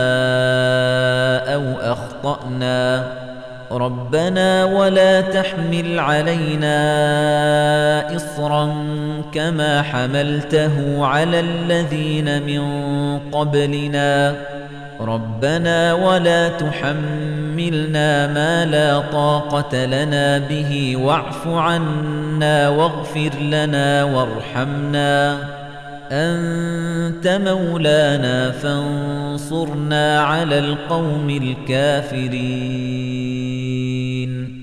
أو أخطأنا ربنا ولا تحمل علينا إصرا كما حملته على الذين من قبلنا ربنا ولا تحملنا ما لا طاقة لنا به واعف عنا واغفر لنا وارحمنا أنت مولانا فانصرنا على القوم الكافرين